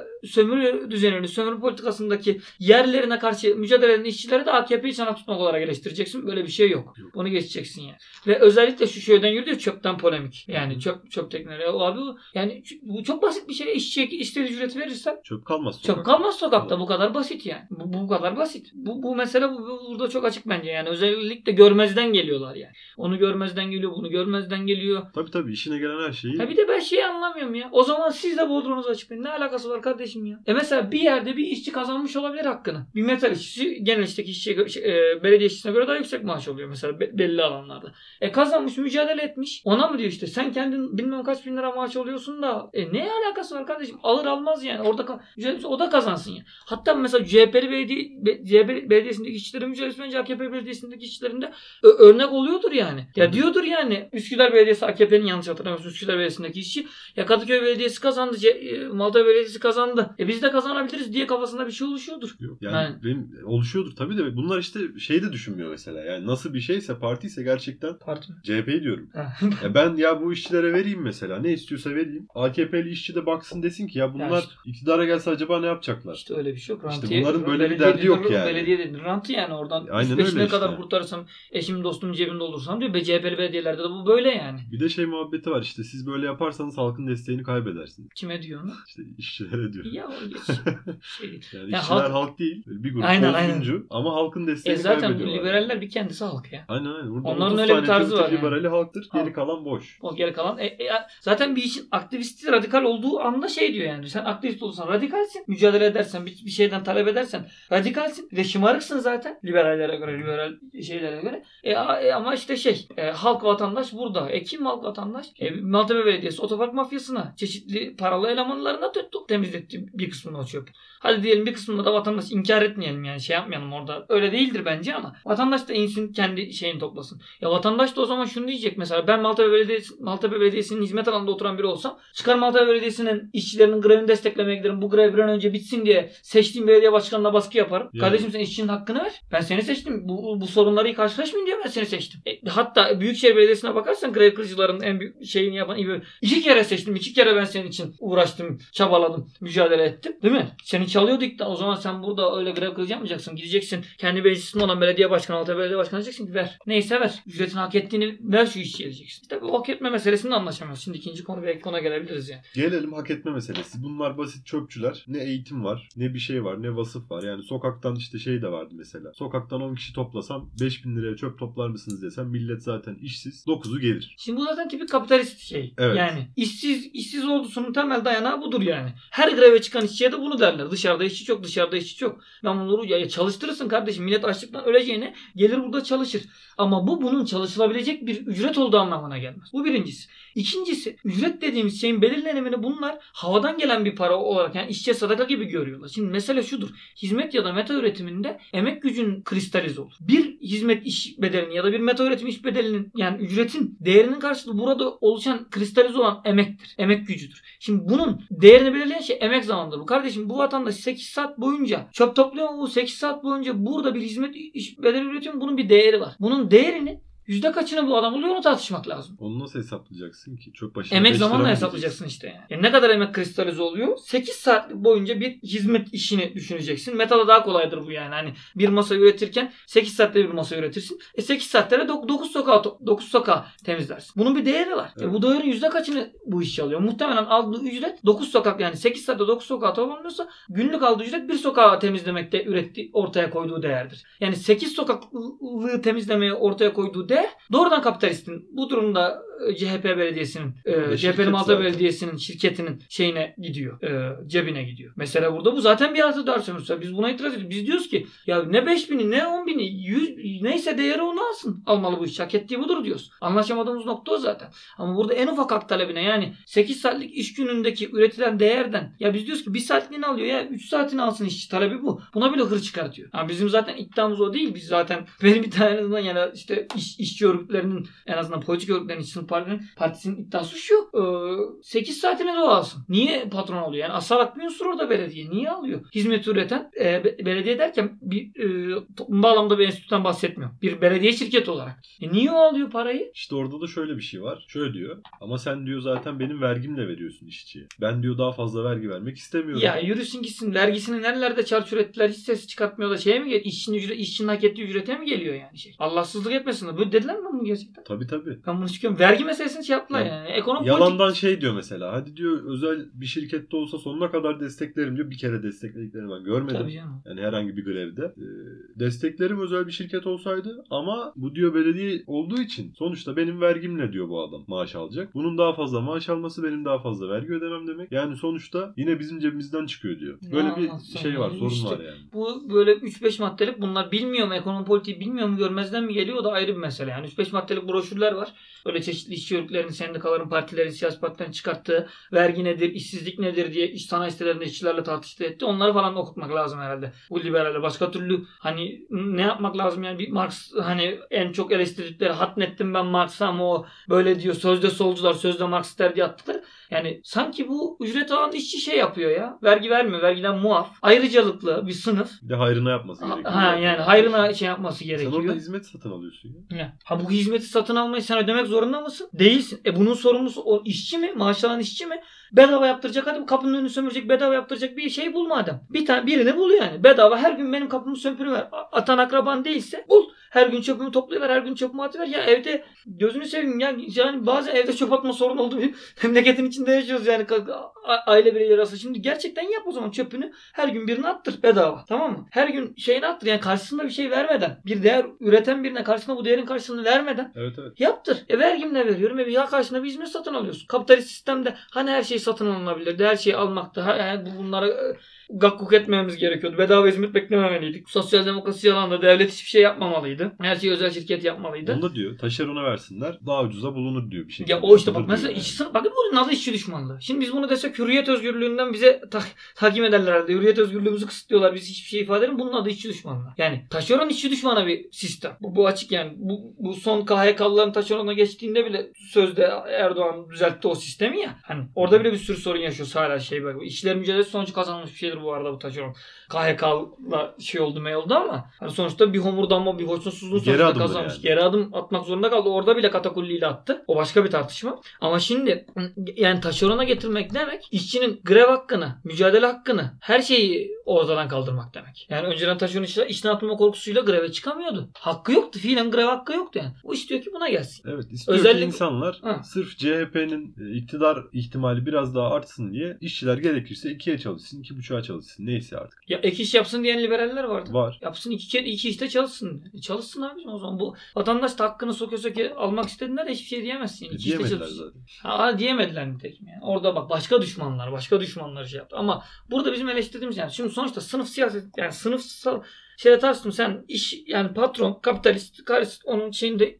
sömürü düzenini, sömürü politikasındaki yerlerine karşı mücadele eden işçilere de AKP'yi çanak tutmak olarak eleştireceksin. Böyle bir şey yok. Bunu geçeceksin yani. Ve özellikle şu şeyden yürüyor, çöpten polemik. Yani çöp tekneleri. Abi yani bu çok basit bir şey. İşçiye istediği ücreti verirsen çöp kalmaz sokakta. Çöp kalmaz sokakta. Bu kadar basit yani. Bu kadar basit. Bu mesele burada çok açık bence yani. Özellikle görmezden geliyorlar yani. Onu görmezden geliyor, bunu görmezden geliyor. Tabii işine gelen her şeyi. Bir de ben şeyi anlamıyorum ya. O zaman siz de bodrunuzu açıklayın. Ne alakası var kardeşim ya? Mesela bir yerde bir işçi kazanmış olabilir hakkını. Bir metal işçisi genel işteki işçiye, belediye işçisine göre daha yüksek maaş oluyor mesela belli alanlarda. Kazanmış, mücadele etmiş. Ona mı diyor işte sen kendin bilmem kaç bin lira maaş alıyorsun da ne alakası var kardeşim? Alır almaz yani. Orada o da kazansın yani. Hatta mesela CHP'li belediyesindeki işçilerin mücadelesi bence AKP belediyesindeki işçilerin de örnek oluyordur yani. Ya diyordur yani Üsküdar Belediyesi, AKP'nin yanlış hatırlamıyorsun, Üsküdar Belediyesi'ndeki işçi, ya Kadıköy Belediyesi kazandı, Maltepe Belediyesi kazandı. Biz de kazanabiliriz diye kafasında bir şey oluşuyordur. Yok, yani benim oluşuyordur tabii de bunlar işte şey de düşünmüyor mesela. Yani nasıl bir şeyse, partiyse gerçekten parti mi? CHP'yi diyorum. Ben bu işçilere vereyim mesela. Ne istiyorsa vereyim. AKP'li işçi de baksın, desin ki ya bunlar iktidara gelse acaba ne yapacaklar? İşte öyle bir şey yok. İşte bunların böyle bir derdi yok yani. Belediye dedi. Rantı yani oradan. Aynen öyle ne kadar kurtarırsam, eşim dostum cebimde olursam diyor. CHP'li belediyelerde de bu böyle yani. Bir de şey muhabbeti var işte, siz böyle yaparsanız halkın desteğini kaybedersiniz. Kime diyor onu? İşte işçilere diyor. Ya o geç. Yani işçiler halk değil. Bir grup bozguncu ama halkın desteğini zaten kaybediyorlar. Zaten liberaller bir kendisi halk ya. Aynen. Burada onların öyle bir tarzı var liberali yani. halktır. Geri kalan boş. O geri kalan. Zaten bir işin aktivisti radikal olduğu anda şey diyor yani. Sen aktivist olursan radikalsin. Mücadele edersen, bir şeyden talep edersen radikalsin. Ve şımarıksın zaten. Liberallere göre, liberal şeylere göre. Ama işte halk vatandaş burada. Kim halk vatandaş? Maltepe Belediyesi otopark mafyasına çeşitli paralı elemanlarına temizletti bir kısmını o çöp. Hadi diyelim bir kısmını da vatandaş, inkar etmeyelim yani şey yapmayalım orada. Öyle değildir bence ama vatandaş da insin kendi şeyini toplasın. Ya vatandaş da o zaman şunu diyecek mesela, ben Maltepe Belediyesi'nin hizmet alanında oturan biri olsam çıkar Maltepe Belediyesi'nin işçilerinin grevini desteklemeye giderim. Bu grev bir an önce bitsin diye seçtiğim belediye başkanına baskı yaparım. Yani. Kardeşim sen işçinin hakkını ver. Ben seni seçtim. Bu sorunları karşılaşmayın diye ben seni seçtim. Hatta Büyükşehir Belediyesi'ne bakarsan grev kırıcıların en büyük şeyini yapan 2 kere seçtim. 2 kere ben senin için uğraştım, çabaladım, mücadele ettim. Değil mi? Seni çalıyordu iktidar. O zaman sen burada öyle grev kırıcı yapmayacaksın. Gideceksin. Kendi meclisinde olan belediye başkanı, Maltepe Belediye Başkanı diyeceksin ki ver. Neyse ver. Ücretini hak ettiğini ver şu işçiye diyeceksin. İşte bu hak etme meselesinde anlaşamıyoruz. Şimdi ikinci konu, belki ona gelebiliriz yani. Gelelim hak etme meselesi. Bunlar basit çöpçüler. Ne eğitim var, ne bir şey var, ne vasıf var. Yani sokaktan işte şey de vardı mesela. Sokaktan 10 kişi toplasam 5.000 liraya çöp toplar mısınız desem millet zaten işsiz. 9'u gelir. Şimdi bu zaten tipik kapitalist şey. Evet. Yani işsiz ordusunun temel dayanağı budur yani. Her greve çıkan işçiye de bunu derler. Dışarıda işçi çok, dışarıda işçi çok. Ben bunları çalıştırırsın kardeşim. Millet açlıktan öleceğine gelir burada çalışır. Ama bunun çalışılabilecek bir ücret olduğu anlamına gelmez. Bu birincisi. İkincisi, ücret dediğimiz şeyin belirlenimini bunlar havadan gelen bir para olarak, yani işçiye sadaka gibi görüyorlar. Şimdi mesele şudur. Hizmet ya da meta üretiminde emek gücünün kristalize olur. Bir hizmet iş bedelinin ya da bir meta üretim iş bedelinin, yani ücretin değerinin karşılığı burada oluşan kristalize olan emektir. Emek gücüdür. Şimdi bunun değerini belirleyen şey emek zamanıdır. Bu kardeşim, bu vatandaş 8 saat boyunca çöp topluyor mu? Bu 8 saat boyunca burada bir hizmet iş bedeli üretiyor mu? Bunun bir değeri var. Bunun değerini Yüzde kaçını bu adam buluyor onu tartışmak lazım. Onu nasıl hesaplayacaksın ki? Çok başına Emek 5 lira zamanla mı hesaplayacaksın işte yani. Yani ne kadar emek kristalize oluyor? 8 saat boyunca bir hizmet işini düşüneceksin. Metalda daha kolaydır bu yani. Hani bir masa üretirken 8 saatte bir maatta üretirsin. 8 saatte de 9 sokağı temizlersin. Bunun bir değeri var. Evet. Bu değerin yüzde kaçını bu işçi alıyor? Muhtemelen aldığı ücret 9 sokak yani 8 saatte 9 sokağı tamamlıyorsa günlük aldığı ücret bir sokağı temizlemekte ortaya koyduğu değerdir. Yani 8 sokaklığı temizlemeye ortaya koyduğu değer doğrudan kapitalistin. Bu durumda CHP belediyesinin, CHP'nin Malta Belediyesi'nin şirketinin şeyine gidiyor. Cebine gidiyor. Mesela burada bu zaten bir artı 4 mesela. Biz buna itiraz ediyoruz. Biz diyoruz ki ya ne 5.000'i ne 10.000'i 100 neyse değeri onu alsın. Almalı bu iş. Hak ettiği budur diyoruz. Anlaşamadığımız nokta o zaten. Ama burada en ufak hak talebine yani 8 saatlik iş günündeki üretilen değerden ya biz diyoruz ki 1 saatliğini alıyor ya 3 saatini alsın işçi talebi bu. Buna bile hır çıkartıyor. Yani bizim zaten iddiamız o değil. Biz zaten benim bir tane en azından yani işte işçi örgütlerinin en azından politik örgütlerin işçi partisinin iddiası şu. 8 saatini de o alsın. Niye patron alıyor? Yani asalak bir unsur orada belediye. Niye alıyor? Hizmet üreten belediye derken bir toplum bağlamda bir enstitüden bahsetmiyorum. Bir belediye şirketi olarak. Niye o alıyor parayı? İşte orada da şöyle bir şey var. Şöyle diyor. Ama sen diyor zaten benim vergimle veriyorsun işçiye. Ben diyor daha fazla vergi vermek istemiyorum. Ya yürüsün gitsin. Vergisini nerelerde çarçur ettiler hiç ses çıkartmıyor da şeye mi geliyor? İşçinin hak ettiği ücrete mi geliyor yani şey? Allahsızlık etmesinler. Böyle dediler mi bunu gerçekten? Tabii. Ben bunu çıkıyorum. Vergi meselesini şey yaptılar yani. Ekonomi Yalandan politik. şey diyor mesela. Hadi diyor özel bir şirkette olsa sonuna kadar desteklerim diyor. Bir kere desteklediklerini ben görmedim. Tabii canım. Yani herhangi bir grevde. Desteklerim özel bir şirket olsaydı ama bu diyor belediye olduğu için sonuçta benim vergimle diyor bu adam maaş alacak. Bunun daha fazla maaş alması benim daha fazla vergi ödemem demek. Yani sonuçta yine bizim cebimizden çıkıyor diyor. Böyle bir şey var, sorun işte var yani. Bu böyle 3-5 maddelik bunlar bilmiyor mu? Ekonomi politiği bilmiyor mu? Görmezden mi geliyor? O da ayrı bir mesele. Yani 3-5 maddelik broşürler var. Böyle çeşitli işçi örgütlerinin, sendikaların, partilerin, siyasi partilerin çıkarttığı vergi nedir, işsizlik nedir diye iş sanayi sitelerinde işçilerle tartıştığı etti. Onları falan okutmak lazım herhalde. Bu liberaller. Başka türlü hani ne yapmak lazım yani bir Marx hani en çok eleştirdikleri hatmettim ben Marx'a ama o böyle diyor sözde solcular, sözde Marksistler diye attılar. Yani sanki bu ücret alan işçi şey yapıyor ya. Vergi vermiyor. Vergiden muaf. Ayrıcalıklı bir sınıf. Bir de hayrına yapması gerekiyor. Yani hayrına şey yapması gerekiyor. Sen orada hizmet satın alıyorsun ya. Ha bu hizmeti satın almayı sen ödemek zorunda mısın? Değilsin. Bunun sorumlusu o işçi mi? Maaş alan işçi mi? Bedava yaptıracak hadi bu kapının önünü sömürecek bedava yaptıracak bir şey bul madem. Birini bul yani. Bedava her gün benim kapımı sömürüver. Atan akraban değilse bul. Her gün çöpümü toplayıver. Her gün çöpümü atıver. Ya evde gözünü seveyim ya. Yani bazen evde çöp atma sorunu olduğu bir memleketin içinde yaşıyoruz yani. Aile bireyleri arasında. Şimdi gerçekten yap o zaman çöpünü. Her gün birini attır bedava. Tamam mı? Her gün şeyini attır. Yani karşısında bir şey vermeden. Bir değer üreten birine karşısında bu değerin karşılığını vermeden. Evet. Yaptır. Vergimle veriyorum. Ya karşına bir hizmet satın alıyorsun. Kapitalist sistemde hani her şey satın alınabilirdi. Her şey almakta. Yani bunlara gakkuk etmememiz gerekiyordu. Bedava hizmet beklememeliydik. Sosyal demokrasi alanda devlet hiçbir şey yapmamalıydı. Her şeyi özel şirket yapmalıydı. Onu da diyor. Taşerona versinler. Daha ucuza bulunur diyor bir şekilde. Ya o işte bak Yapılır mesela diyor işçi bakın bunun adı işçi düşmanlığı. Şimdi biz bunu desek hürriyet özgürlüğünden bize tahkim ederler herhalde. Hürriyet özgürlüğümüzü kısıtlıyorlar. Biz hiçbir şey ifade edelim. Bunun adı işçi düşmanlığı. Yani taşeron işçi düşmanı bir sistem. Bu açık yani. Bu son KHK'lıların taşerona geçtiğinde bile sözde Erdoğan düzeltti o sistemi ya. Hani orada bile bir sürü sorun yaşıyoruz hala şey böyle. İşçiler mücadelesi sonucu kazanmış bir şeydir bu arada bu taşeron. KHK'la şey oldu oldu ama hani sonuçta bir homurdanma bir hoşnutsuzluğun sonucunda kazanmış. Yani. Geri adım atmak zorunda kaldı. Orada bile katakulliyle attı. O başka bir tartışma. Ama şimdi yani taşerona getirmek demek işçinin grev hakkını, mücadele hakkını her şeyi ortadan kaldırmak demek. Yani önceden taşeron işten atılma korkusuyla greve çıkamıyordu. Hakkı yoktu. Fiilen grev hakkı yoktu yani. Bu istiyor ki buna gelsin. Evet istiyor ki insanlar sırf CHP'nin iktidar ihtimali biraz daha artsın diye işçiler gerekirse 2'ye çalışsın, 2,5'a çalışsın. Neyse artık. Ya ek iş yapsın diyen liberaller vardı. Var. Yapsın iki işte çalışsın. Çalışsın abicim o zaman. Bu vatandaş da hakkını söke almak istediğinde de hiçbir şey diyemezsin. Yani Diyemediler zaten. Diyemediler nitekim yani. Orada bak başka düşmanlar şey yaptı. Ama burada bizim eleştirdiğimiz yani şimdi sonuçta sınıf siyaset yani sınıfsal şeyle tartıştım sen yani patron, kapitalist, karist onun şeyinde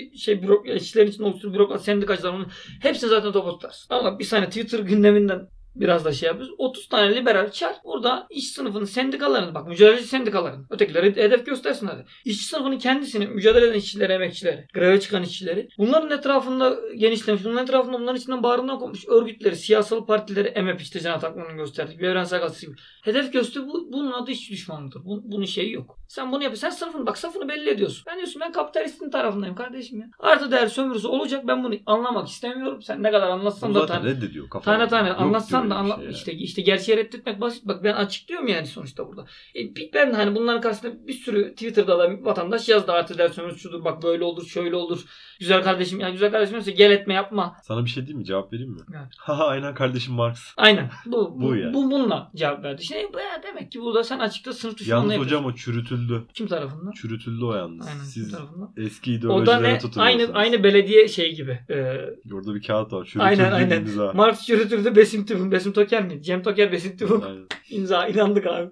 işçilerin için oluşturduğu bürokrat, sendikacılar onun hepsini zaten topa tutarsın. Ama bir saniye Twitter gündeminden biraz da şey yapıyoruz. 30 tane liberal çar burada iş sınıfının sendikalarını, bak mücadeleci sendikalarını, ötekileri hedef göstersin hadi. İşçi sınıfının kendisini, mücadele eden işçileri, emekçileri, greve çıkan işçileri, bunların etrafında genişlemiş, bunların etrafında bunların içinden bağrından kopmuş örgütleri, siyasal partileri, MHP işte Can Atakman'ın gösterdiği bir evrensel gazetesi gibi. Hedef göster, bunun adı işçi düşmanlıdır. Bunun şeyi yok. Sen bunu yapıyorsun. Sen sınıfını, bak safını belli ediyorsun. Ben diyorsun ben kapitalistin tarafındayım kardeşim ya. Artı değer sömürüsü olacak. Ben bunu anlamak istemiyorum. Sen ne kadar anlatsan da reddediyor tane anlatsan da anlat işte gerçeği reddetmek basit. Bak ben açıklıyorum yani sonuçta burada. Ben hani bunların karşısında bir sürü Twitter'da da vatandaş yazdı, artı değer sömürüsü şudur, bak böyle olur, şöyle olur. Güzel kardeşim, yani güzel kardeşim yoksa gel etme yapma. Sana bir şey diyeyim mi? Cevap vereyim mi? Evet. Haha aynen kardeşim Marx. Aynen. Bu yani. bununla cevap verdi. İşte demek ki burada sen açıkta sınıf düşmanlığı yalnız yapıyorsun. hocam o çürütüldü. Kim tarafından? Çürütülü o yalnız. Aynen, siz tarafından. eski O da ideolojilere ne? tutunuyorsunuz. Aynı belediye şey gibi. Orada bir kağıt var. Çürütüldü Aynen. imza. Marx çürütüldü, Besim Toker mi? Cem Toker, Besim Tüfün. Aynen. İmza, inandık abi.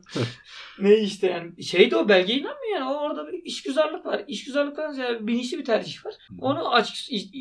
Ne işte yani. Şeyde o belge inanmıyor yani. Orada bir işgüzarlık var. İşgüzarlıktan ziyade bilinçli bir tercih var. Onu açık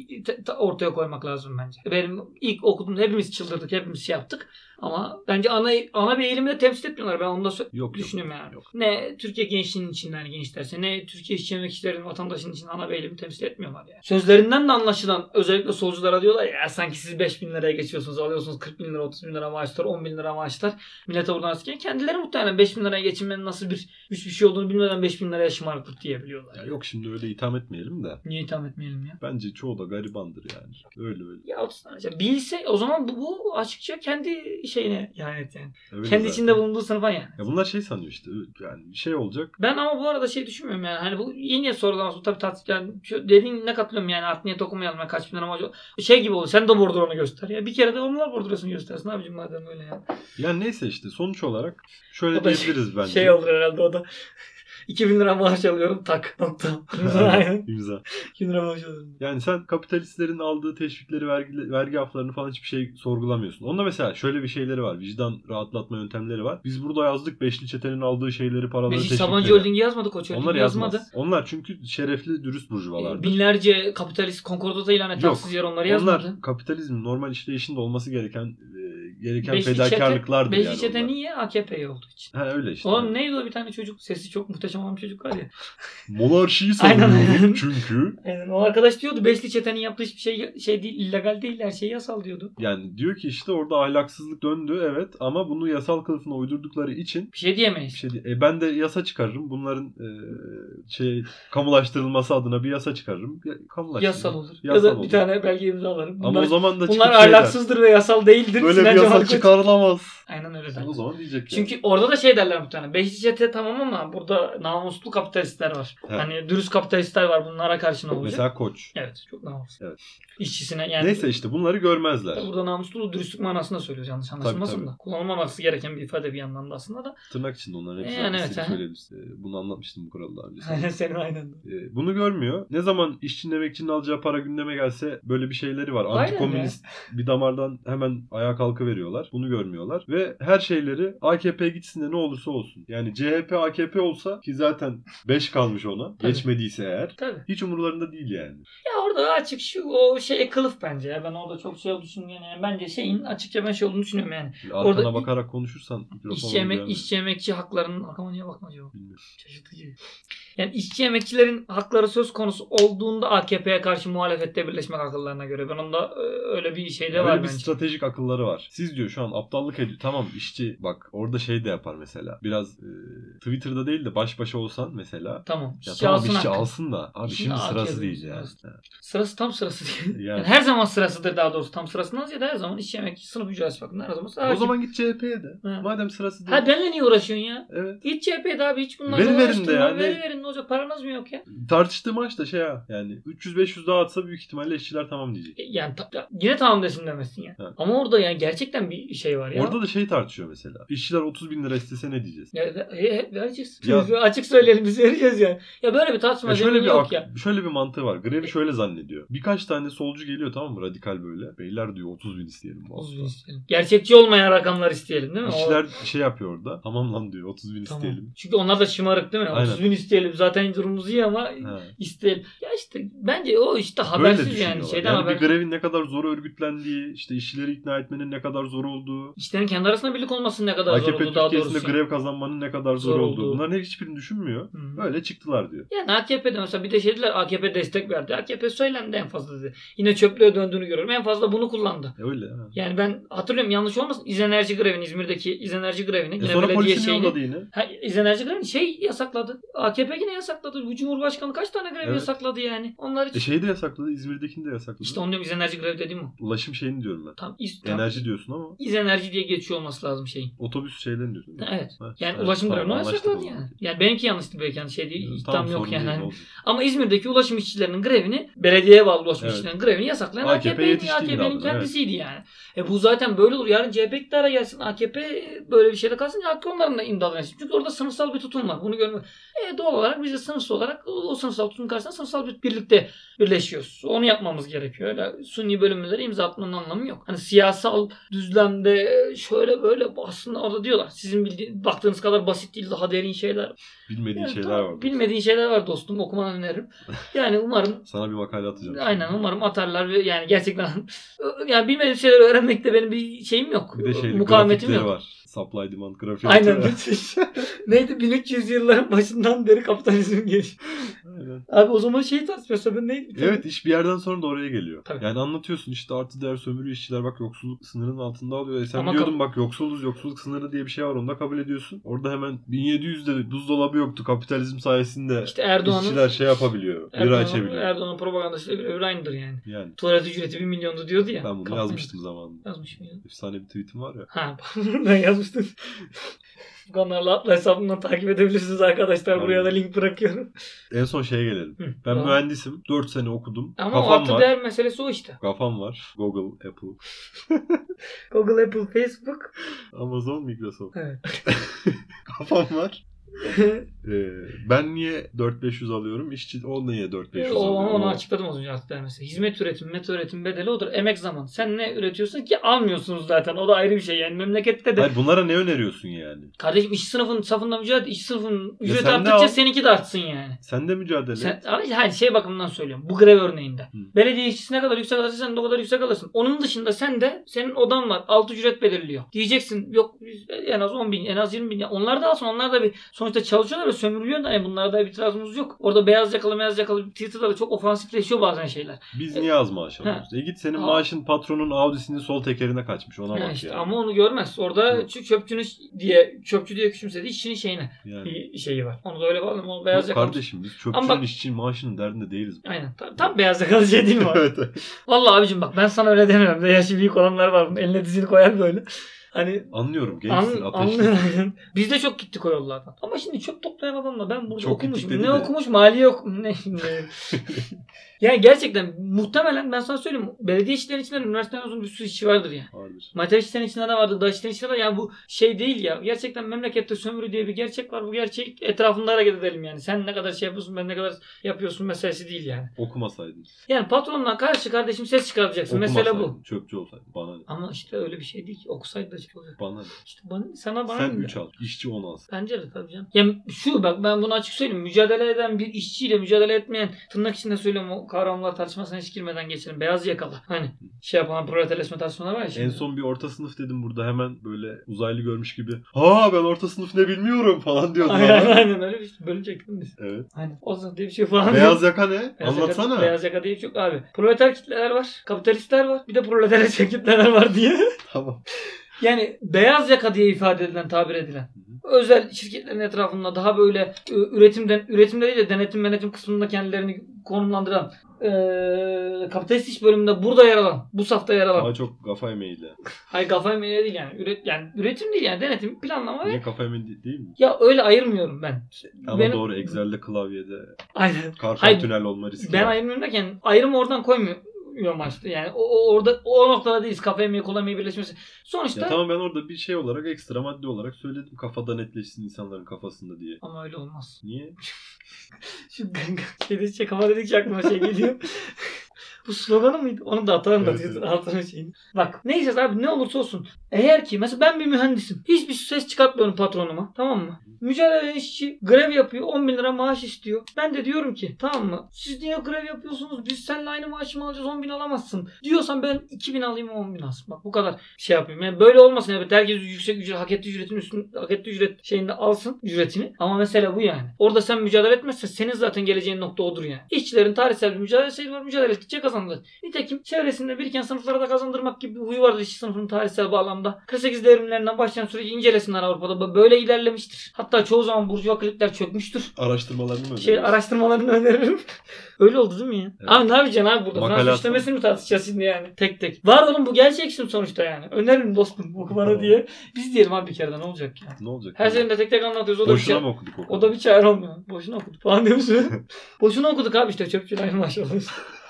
ortaya koymak lazım bence. Benim ilk okuduğumda hepimiz çıldırdık. Hepimiz şey yaptık. Ama bence ana bir eğilimi de temsil etmiyorlar. Ben onu da düşünüyorum yani. Yok. Ne Türkiye gençliğinin içinden gençlerse, ne Türkiye işçi emekçilerin, vatandaşının için ana bir eğilimi temsil etmiyorlar yani. Sözlerinden de anlaşılan, özellikle solculara diyorlar ya sanki siz 5 bin liraya geçiyorsunuz, alıyorsunuz 40 bin lira, 30 bin lira maaşlar, 10 bin lira maaşlar. Millete buradan asken kendileri muhtemelen 5 bin liraya geçinmenin nasıl bir şey olduğunu bilmeden 5 bin liraya şımarıklık diyebiliyorlar. Ya yok şimdi öyle itham etmeyelim de. Niye itham etmeyelim ya? Bence çoğu da garibandır yani. Öyle. Ya 30 tane. Bilse o zaman bu açıkça kendi şeyine yani. Öyle Kendi zaten. içinde bulunduğu sınıfa yani. Ya bunlar şey sanıyor işte yani şey olacak. Ben ama bu arada şey düşünmüyorum yani. Hani bu iyi niyet sorgulaması tabii yani dediğin ne katılıyorum yani, art niyet okumayalım yani, kaç bin lira maaş şey gibi olur. Sen de bordronu göster ya. Bir kere de onlar bordrosunu göstersin abicim madem öyle ya. Yani neyse işte sonuç olarak şöyle O da diyebiliriz bence. Şey olur herhalde o da. 2000 lira maaş alıyorum tak nokta. Aynen. İmza. 2000 lira maaş alıyorum. Yani sen kapitalistlerin aldığı teşvikleri, vergi aflarını falan hiçbir şey sorgulamıyorsun. Onda mesela şöyle bir şeyleri var. Vicdan rahatlatma yöntemleri var. Biz burada yazdık Beşli Çete'nin aldığı şeyleri, paraları, Beşik teşvikleri. Sabancı Holding'i yazmadı, Koç Holding'i Onlar yazmadı. yazmaz. Onlar çünkü şerefli, dürüst burjuvalardır. Binlerce kapitalist konkordata ilan eden haksız yer onları yazmadı. Onlar kapitalizmin normal işleyişinde olması gereken Beşli fedakarlıklardır Beşli yani. Çete onlar. niye? AKP'ye olduğu için. Ha öyle işte. Oğlum neydi o bir tane çocuk? Sesi çok muhteşem olan bir çocuk var ya. Monarşiyi Aynen. savunuyorum çünkü. Aynen. O arkadaş diyordu Beşli Çete'nin yaptığı hiçbir şey değil, illegal değil, her şey yasal diyordu. Yani diyor ki işte orada ahlaksızlık döndü evet ama bunu yasal kılıfına uydurdukları için Bir şey diyemeyiz. bir şey değil. Ben de yasa çıkarırım. Bunların kamulaştırılması adına bir yasa çıkarırım. Yasal olur. Yasal ya da olur. bir tane belge imzalarım. Ama o zaman da bunlar çıkıp şeyler, ahlaksızdır ve yasal değildir. böyle bir Sinan yasa Cemal Koç. çıkarılamaz. Aynen öyle der. O zaman diyecek Çünkü orada da şey derler muhtemelen. Beşli Çete tamam ama burada namuslu kapitalistler var. He. Hani dürüst kapitalistler var. Bunlara karşı ne olacak? Mesela Koç. Evet. Çok namuslu. Evet. İşçisine yani. Neyse işte bunları görmezler. Burada namuslu dürüstlük manasında söylüyoruz. Yanlış anlaşılmasın Tabii. da. Kullanılmaması gereken bir ifade bir yandan da aslında da. Tırnak içinde onların hepsi. Yani evet, söyleriz. Bunu anlatmıştım bu kuralı daha önce. Senin aynen. Bunu görmüyor. Ne zaman işçinin emekçinin alacağı para gündeme gelse böyle bir şeyleri var. Aynen Antikomünist bir damardan hemen ayağa kalkıveriyorlar. Bunu görmüyorlar. Ve her şeyleri AKP gitsin de ne olursa olsun. Yani CHP AKP olsa ki zaten 5 kalmış ona. Tabii. Geçmediyse eğer. Tabii. Hiç umurlarında değil yani. Ya orada açık o şey kılıf bence ya. Ben orada çok şey olduğunu düşünüyorum yani. Bence şeyin açıkça ben şey olduğunu düşünüyorum yani. Arkana Orada bakarak konuşursan işçi emekçi haklarının arkama niye bakma acaba? Bilmiyorum. Şaşırtıcı. Yani işçi emekçilerin hakları söz konusu olduğunda AKP'ye karşı muhalefette birleşmek akıllarına göre. Ben onda öyle bir şey de Öyle var bir bence. stratejik akılları var. Siz diyor şu an aptallık ediyor. Tamam işçi bak orada şey de yapar mesela. Biraz Twitter'da değil de baş başa olsan mesela. Tamam. Ya İşçi tamam alsın işçi hakkı. alsın da abi İşin şimdi hakkı sırası yazıyor, değil yani. Sırası tam sırası değil. Yani. Yani her zaman sırasıdır daha doğrusu. Tam sırasından ziyade her zaman işçi emekçi sınıf mücadelesi bakımından her zaman O zaman git CHP'ye de. Ha. Madem sırası değil. Ha benimle niye uğraşıyorsun ya? Evet. Git CHP'de abi hiç bunlarla Veri verin de uğraştırma. yani. Veri verin ne olacak? Paranız mı yok ya? Tartıştığı maç da şey ha yani 300-500 daha atsa büyük ihtimalle işçiler tamam diyecek. Yani yine tamam desin demesin ya. Ha. Ama orada yani gerçekten bir şey var ya. Orada da şey tartışıyor mesela. İşçiler 30 bin lira istese ne diyeceğiz? Ya, vereceğiz. Ya- Açık söyleyelim biz vereceğiz yani. Ya böyle bir tartışma Ya zemini yok ya. şöyle bir mantığı var. Grevi şöyle zannediyor. zannediyor. Birkaç tane solcu geliyor, tamam mı? Radikal böyle. Beyler diyor 30 bin isteyelim. 30 bin isteyelim. Gerçekçi olmayan rakamlar isteyelim değil mi? İşçiler şey yapıyor orada. Tamam lan diyor 30 bin Tamam. isteyelim. Çünkü onlar da şımarık değil mi? Aynen. 30 bin isteyelim. Zaten durumumuz iyi ama isteyelim. Ya işte bence o işte habersiz yani. Şeyden yani haber. bir grevin ne kadar zor örgütlendiği, işte işçileri ikna etmenin ne kadar zor olduğu, İşlerin kendi arasında birlik olmasının ne kadar zor AKP olduğu daha Türkiye'sinde doğrusu. grev kazanmanın ne kadar zor Zor olduğu. olduğu. Bunların hiçbirini düşünmüyor. Hı. Öyle çıktılar diyor. Yani AKP'de mesela bir de şeydiler, AKP destek verdi. AKP söylendi en fazla dedi. Yine çöplüğe döndüğünü görüyorum. En fazla bunu kullandı. Öyle. Ha. Yani ben hatırlıyorum, yanlış olmasın, İzenerji grevini, İzmir'deki İzenerji grevini, yine Sonra belediye polisin yolladı yine. İzenerji grevini yasakladı. AKP yine yasakladı. Bu Cumhurbaşkanı kaç tane grevi yasakladı yani. Onlar için. Şeyi de yasakladı. İzmir'dekini de yasakladı. İşte onu diyorum, İzenerji grevi dediğim o. Ulaşım şeyini diyorum ben. Tam Enerji diyorsun ama. İzenerji diye geçiyor olması lazım şeyin. Otobüs şeylerini diyorsun. Evet. Ha, Yani evet, ulaşım grevini anlaştık yasakladı o zaman. yani. Yani benimki yanlıştı belki, yani şey değil. İddiam yok sorun yani. değil, Hani. olacak. Ama İzmir'deki ulaşım işçilerinin grevini, belediyeye bağlı ulaşım Evet. işçilerinin grevini yasaklayan AKP yetiştiği AKP'nin gibi kendisiydi yani. Bu zaten böyle olur. Yarın CHP iktidara gelsin, AKP böyle bir şeyle kalsın, hakkı onların da imdadına etsin. Çünkü orada sınıfsal bir tutum var. Bunu görmek. Doğal olarak biz de sınıfsal olarak o sınıfsal tutum karşısında sınıfsal bir birlikte birleşiyoruz. Onu yapmamız gerekiyor. Öyle suni bölümleri imza atmanın anlamı yok. Hani siyasal düzlemde şöyle böyle aslında orada diyorlar. Sizin baktığınız kadar basit değil, daha derin şeyler. Bilmediğin Yani şeyler var. Bilmediğin şeyler var dostum. Okumanı öneririm. Yani umarım Sana bir makale atacağım. aynen, umarım atarlar ve yani gerçekten yani bilmediğim şeyleri öğrenmekte benim bir şeyim yok. Bir de Mukavemetim grafikleri yok. var. Supply demand grafiği. Aynen. Neydi? 1300 yılların başından beri kapitalizm geliyor. Aynen. Abi o zaman tartışıyorsa ben neydi? Evet, iş bir yerden sonra da oraya geliyor. Tabii. Yani anlatıyorsun işte artı değer sömürü işçiler bak yoksulluk sınırının altında alıyor. Sen Ama diyordun bak yoksuluz, yoksulluk sınırı diye bir şey var, onu da kabul ediyorsun. Orada hemen 1700'de buzdolabı yoktu, kapitalizm sayesinde İşte Erdoğan'ın işçiler şey yapabiliyor. Bira açabiliyor. Erdoğan'ın propagandasıyla öyle aynıdır yani. Yani. Tuvalet ücreti 1 milyondu diyordu ya. Ben bunu yazmıştım zamanında. Yazmış mıydın? Efsane bir tweetim var ya. Ha, ben yazmıştım. Furkanlarla Atla hesabından takip edebilirsiniz arkadaşlar. Aynen. Buraya da link bırakıyorum. En son şeye gelelim. Ben Tamam. mühendisim. 4 sene okudum. Ama Kafam artı var. değer meselesi o işte. Kafam var. Google, Apple, Google, Apple, Facebook. Amazon, Microsoft. Evet. Kafam var. Ben niye 4500 alıyorum? İşçi o niye 4500 alıyor? Onu açıkladım az önce artık dermesi. Hizmet üretim, meta üretim bedeli odur. Emek zaman. Sen ne üretiyorsun ki almıyorsunuz zaten. O da ayrı bir şey yani. Memlekette de. Hayır, bunlara ne öneriyorsun yani? Kardeşim işçi sınıfının safında mücadele, işçi sınıfının ücreti sen de arttıkça al. seninki de artsın yani. Sen de mücadele et. Hayır, şey bakımından söylüyorum. Bu grev örneğinde. Hı. Belediye işçisi ne kadar yüksek alırsa sen de o kadar yüksek alırsın. Onun dışında sen de, senin odan var. Alt ücret belirliyor. Diyeceksin yok en az 10 bin, en az 20 bin. Ya onlar da alsın. Onlar da bir sonuçta çalışıyorlar ve sömürülüyor da. Yani bunlara da bir itirazımız yok. Orada beyaz yakalı Twitter'da da çok ofansifleşiyor bazen şeyler. Biz niye az maaş alıyoruz? Git senin maaşın patronun Audi'sinin sol tekerine kaçmış. Ona bak işte yani. ama onu görmez. Orada çöpçü diye küçümsediği işçinin şeyine Yani. bir şeyi var. Onu da öyle bağlı. O beyaz Yok yakalı. kardeşim biz Ama çöpçünün bak- işçinin maaşının derdinde değiliz. Aynen. Tam beyaz yakalı şey değil mi o? Evet. Vallahi abicim bak, ben sana öyle demiyorum. Yaşı büyük olanlar var. Bunun eline dizini koyar böyle. Hani Anlıyorum. Gençsin, ateşlisin. anlıyorum. Biz de çok gittik o yollardan. Ama şimdi çöp toplayan adamla ben burada Çok okumuşum. gittik dedi Ne de. okumuş? Maliye ne? Yani gerçekten muhtemelen ben sana söyleyeyim. Belediye işçilerin içinde üniversiteden uzun bir sürü işçi vardır yani. Vardır. Materyal işçilerin içinde de vardır. Dağ işçilerin içinde de var. Yani bu şey değil ya. Gerçekten memlekette sömürü diye bir gerçek var. Bu gerçek etrafında hareket edelim yani. Sen ne kadar şey yapıyorsun, ben ne kadar yapıyorsun meselesi değil yani. Okumasaydın. Yani patronla karşı kardeşim ses çıkaracaksın. Mesele bu. Çöpçü olsaydın. Bana ne? Ama işte öyle bir şey değil ki. Okusaydı da şey olacak. Bana ne? İşte bana Sen ne? 3 al. İşçi 10 alsın. Bence de tabii canım. Yani şu bak, ben bunu açık söyleyeyim. Mücadele eden bir işçiyle mücadele etmeyen, tırnak içinde söylüyorum, o kavramlar tartışmasına hiç girmeden geçelim. Beyaz yakalı. Hani şey yapan proleterleşme tartışmaları var ya şimdi. En son bir orta sınıf dedim burada, hemen böyle uzaylı görmüş gibi. Ha ben orta sınıf ne bilmiyorum falan diyordun. Aynen öyle bir şey. Bölecektim biz. Evet. Hani o zaman diye bir şey falan. Beyaz yaka ne? Beyaz Anlatsana. Yaka, beyaz yaka diye bir şey yok abi. Proleter kitleler var. Kapitalistler var. Bir de proleterleşme kitleler var diye. Tamam. Yani beyaz yaka diye ifade edilen, tabir edilen özel şirketlerin etrafında daha böyle üretimde değil de denetim kısmında kendilerini konumlandıran kapitalist iş bölümünde burada yer alan, bu safta yer alan. Daha çok kafa emeğiyle. Hayır, kafa emeği değil yani. Üretim değil yani, denetim, planlama ve Niye kafa emeği değil mi? ya öyle ayırmıyorum ben. Ama doğru, Excel'de klavyede Aynen. karpal tünel olma riski Ben var. ayırmıyorum derken ayrımı oradan koymuyorum amaçlı. Yani orada o noktada değiliz. Kafa emeği, kol emeği birleşmesi. Sonuçta Ya tamam, ben orada bir şey olarak, ekstra madde olarak söyledim. Kafada netleşsin insanların kafasında diye. ama öyle olmaz. Niye? Şu kafa dedikçe aklıma şey geliyor. Bu sloganı mıydı? Onu da atarım da Evet. altına şeyini. Bak neyse abi ne olursa olsun. Eğer ki mesela ben bir mühendisim. Hiçbir ses çıkartmıyorum patronuma. Tamam mı? Mücadele eden işçi grev yapıyor. 10 bin lira maaş istiyor. Ben de diyorum ki tamam mı? Siz niye grev yapıyorsunuz? Biz seninle aynı maaşı mı alacağız? 10 bin alamazsın. Diyorsan ben 2 bin alayım 10 bin alsın. Bak bu kadar şey yapayım. Yani böyle olmasın. Evet, herkes yüksek ücret, hak ettiği ücretin üstünde, hak ettiği ücret şeyinde alsın ücretini. Ama mesela bu yani. Orada sen mücadele etmezsen senin zaten geleceğin nokta odur yani. İşçilerin tarihsel bir mücadele şeyi var. Mücadele ettikçe kazanırlar. Nitekim çevresinde biriken sınıflara da kazandırmak gibi bir huyu vardır işçi sınıfının tarihsel bağlamda. 48 devrimlerinden başlayan süreci incelesinler Avrupa'da. Böyle ilerlemiştir. Hatta çoğu zaman burjuva klikler çökmüştür. Araştırmalarını mı öneriyorsun? Araştırmalarını öneririm. Öyle oldu değil mi ya? Evet. Abi ne yapacaksın abi burada? Makale Fransız işlemesini mi tartışacağız şimdi yani? Tek tek. Var oğlum bu gerçek isim sonuçta yani. Öneririm dostum oku bana Tamam. diye. Biz diyelim abi bir kereden ne olacak ya? Ne olacak? Her seferinde tek tek anlatıyoruz. O da bir Boşuna şey. mı okuduk o kadar? O da bir çare olmuyor. Boşuna okuduk falan diyor musun? Boşuna okuduk abi işte çöpçüler aynı maaş alıyoruz.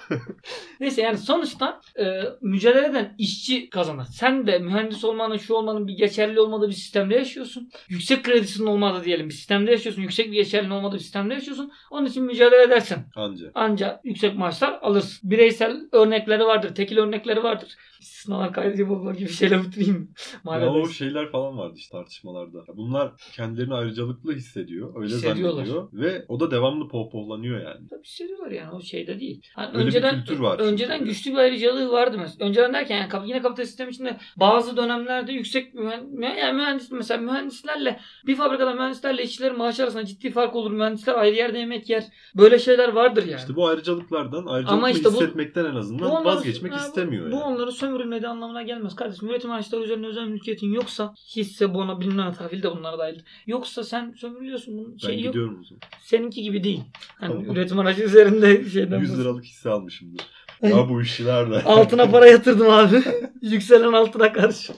Neyse yani sonuçta mücadele eden işçi kazanır. Sen de mühendis olmanın şu olmanın bir geçerli olmadığı bir sistemde yaşıyorsun. Yüksek kredisinin olmadığı diyelim bir sistemde yaşıyorsun. Yüksek bir geçerliliğin olmadığı bir sistemde yaşıyorsun. Onun için mücadele edersen Anca. yüksek maaşlar alırsın. Bireysel örnekleri vardır. Tekil örnekleri vardır. İstisnalar kaydedici bulma gibi şeyler bitireyim mi? Ya o şeyler falan vardı işte tartışmalarda. Bunlar kendilerini ayrıcalıklı hissediyor. Öyle Hissediyorlar. zannediyor. Ve o da devamlı pohpohlanıyor yani. Tabii hissediyorlar yani o şeyde değil. Hani Öyle bir kültür var önceden çünkü. güçlü bir ayrıcalığı vardı mesela. Önceden derken yani yine kapitalist sistem içinde bazı dönemlerde yüksek mühendis mesela mühendislerle bir fabrikada mühendislerle işçilerin maaşı arasında ciddi fark olur. Mühendisler ayrı yerde yemek yer. Böyle şeyler vardır yani. İşte bu ayrıcalıklardan, Ama ayrıcalıklı işte hissetmekten en azından vazgeçmek istemiyor Bu yani. onların sömürülmediği anlamına gelmez. Kardeşim üretim araçları üzerine özel mülkiyetin yoksa hisse, bono, bilmem tahvil de bunlara dahil. Yoksa sen sömürülüyorsun. Bunun Ben şeyi yok. gidiyorum o zaman. Seninki gibi değil. Hani Tamam. üretim aracı üzerinde şeyden 100 liralık hisse almışımdır. Ya bu işçiler altına para yatırdım abi. Yükselen altına karşı.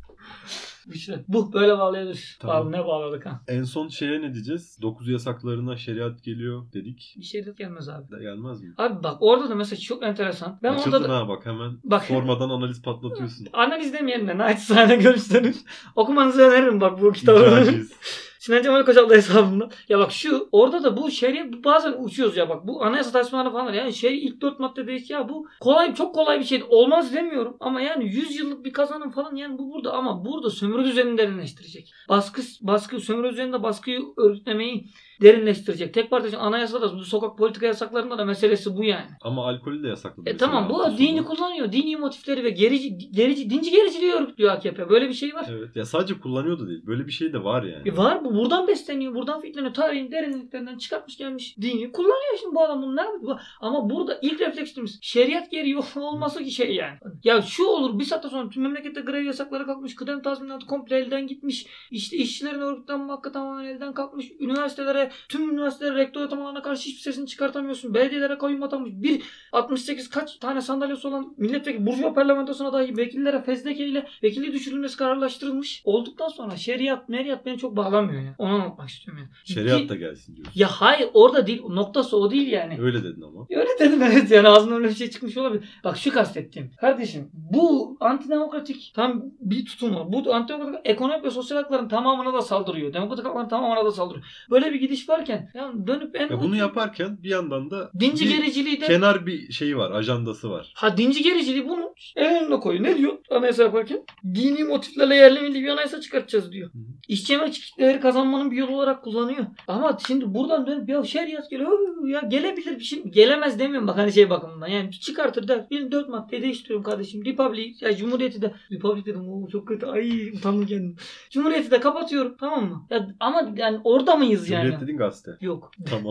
İşte bu böyle bağlayabiliriz. Tamam. Ne bağladık ha? En son şeye ne diyeceğiz? 9 yasaklarına şeriat geliyor dedik. Bir şey de gelmez abi. Gelmez mi? Abi bak orada da mesela çok enteresan. Ben Açıldın orada da... ha bak hemen Bak, sormadan analiz patlatıyorsun. analiz demeyelim de naçizane görüşleriniz. Okumanızı öneririm bak bu kitabı. İcacıyız. Sinan Cemal Koçal'da hesabında. Ya bak şu orada da bu şeriat bazen uçuyoruz ya bak bu anayasa tartışmaları falan yani ilk 4 madde değiş ya bu çok kolay bir şey olmaz demiyorum ama yani 100 yıllık bir kazanım falan yani bu burada ama burada sömürü düzenini derinleştirecek. Baskı sömürü düzeninde baskıyı örgütlemeyi derinleştirecek. Tek parti anayasada bu sokak politika yasaklarında da meselesi bu yani. Ama alkolü de yasakladı. Tamam bu dini kullanıyor. Dini motifleri ve dinci gericiliği örgütlüyor AKP. Böyle bir şey var. Evet. Ya sadece kullanıyor da değil. Böyle bir şey de var yani. Var bu. Buradan besleniyor. Buradan fitleniyor. Tarihin derinliklerinden çıkartmış gelmiş. Dini kullanıyor şimdi bu adam bunu ne yapıyor? Ama burada ilk refleksimiz şeriat gereği olması ki şey yani. Ya şu olur bir saatte sonra tüm memlekette grev yasakları kalkmış. Kıdem tazminatı komple elden gitmiş. İşte işçilerin örgütlenme hakkı tamamen elden kalkmış. Tüm üniversitelere rektör atamalarına karşı hiçbir sesini çıkartamıyorsun. Belediyelere kayyum atanmış. 68 kaç tane sandalyesi olan milletvekili Burjuva parlamentosuna dahi vekillere fezleke ile vekilliği düşürülmesi kararlaştırılmış. Olduktan sonra şeriat beni çok bağlamıyor ya. Onu anlatmak istiyorum yani. Şeriat da gelsin diyorsun. Ya hayır orada değil. Noktası o değil yani. Öyle dedin ama. Öyle dedim evet yani ağzından öyle bir şey çıkmış olabilir. Bak şu kastettiğim. Kardeşim bu antidemokratik tam bir tutum var. Bu antidemokratik ekonomik ve sosyal hakların tamamına da saldırıyor. Demokratik hakların tamamına da saldırıyor. Böyle bir gidiş varken yani dönüp bunu yaparken bir yandan da dinci gericiliği de kenar bir şeyi var. Ajandası var. dinci gericiliği bunu en önüne koyuyor. Ne diyor anayasa yaparken? Dini motiflerle yerli milli bir anayasa çıkartacağız diyor. İşçi emek kitleleri kazanmanın bir yolu olarak kullanıyor. Ama şimdi buradan dönüp ya şeriat geliyor. Ya gelebilir bir şey. Gelemez demiyorum bak hani şey bakımından. Yani çıkartır der. Benim 4 maddeyi değiştiriyorum kardeşim. Cumhuriyeti de dedim çok kötü. Ay utandım kendim. Cumhuriyeti de kapatıyorum. Tamam mı? Ya, ama yani orada mıyız yani? Cumhuriyet dediğin gazete. Yok. Tamam.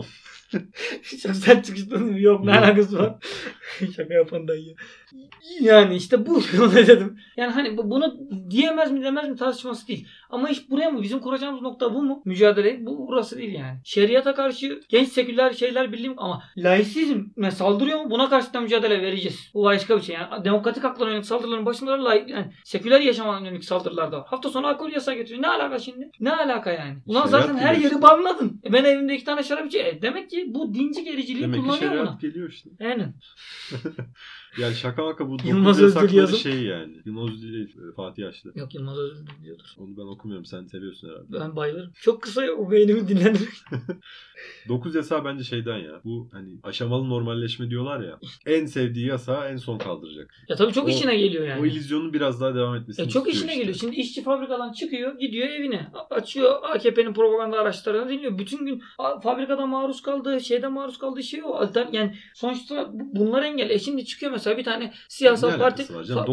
Çok sert çıkıştın. Yok ne alakası var? Şaka yapan dayı. Yani işte bu ne dedim. Yani hani bunu diyemez mi demez mi tartışması değil. Ama iş buraya mı? Bizim kuracağımız nokta bu mu? Mücadele bu burası değil yani. Şeriata karşı genç seküler şeyler birliği ama laisizme saldırıyor mu? Buna karşı da mücadele vereceğiz. Bu başka bir şey. Yani demokratik haklara yönelik saldırıların başında yani seküler yaşama yönelik saldırılar da var. Hafta sonu alkol yasağı getiriyor. Ne alaka şimdi? Ne alaka yani? Ulan Şeriat zaten her gibi yeri işte. banladın. Ben evimde 2 tane şarap içiyorum. Demek ki bu dinci gericiliği Demek ki kullanıyor şeriat buna. geliyor işte. Aynen. Yani şaka maka bu Yılmaz 9 Özdil yasakları yazın. şey yani. Yılmaz Özdil değil, Fatih Yaşlı. Yok Yılmaz Özdil diyordur. Onu ben okumuyorum. Sen seviyorsun herhalde. Ben bayılırım. Çok kısa o beynimi dinlendirir. 9 yasağı bence şeyden ya. Bu hani aşamalı normalleşme diyorlar ya. En sevdiği yasağı en son kaldıracak. Ya tabii çok O- işine geliyor yani. O illüzyonun biraz daha devam etmesini Çok istiyor işine işte. geliyor. Şimdi işçi fabrikadan çıkıyor, gidiyor evine. Açıyor AKP'nin propaganda araçlarını dinliyor. Bütün gün fabrikada maruz kaldığı, şeyden maruz kaldığı şey o. Yani sonuçta bunlar engel. Şimdi çıkıyor mesela bir tane siyasal Ne parti. alakası var canım?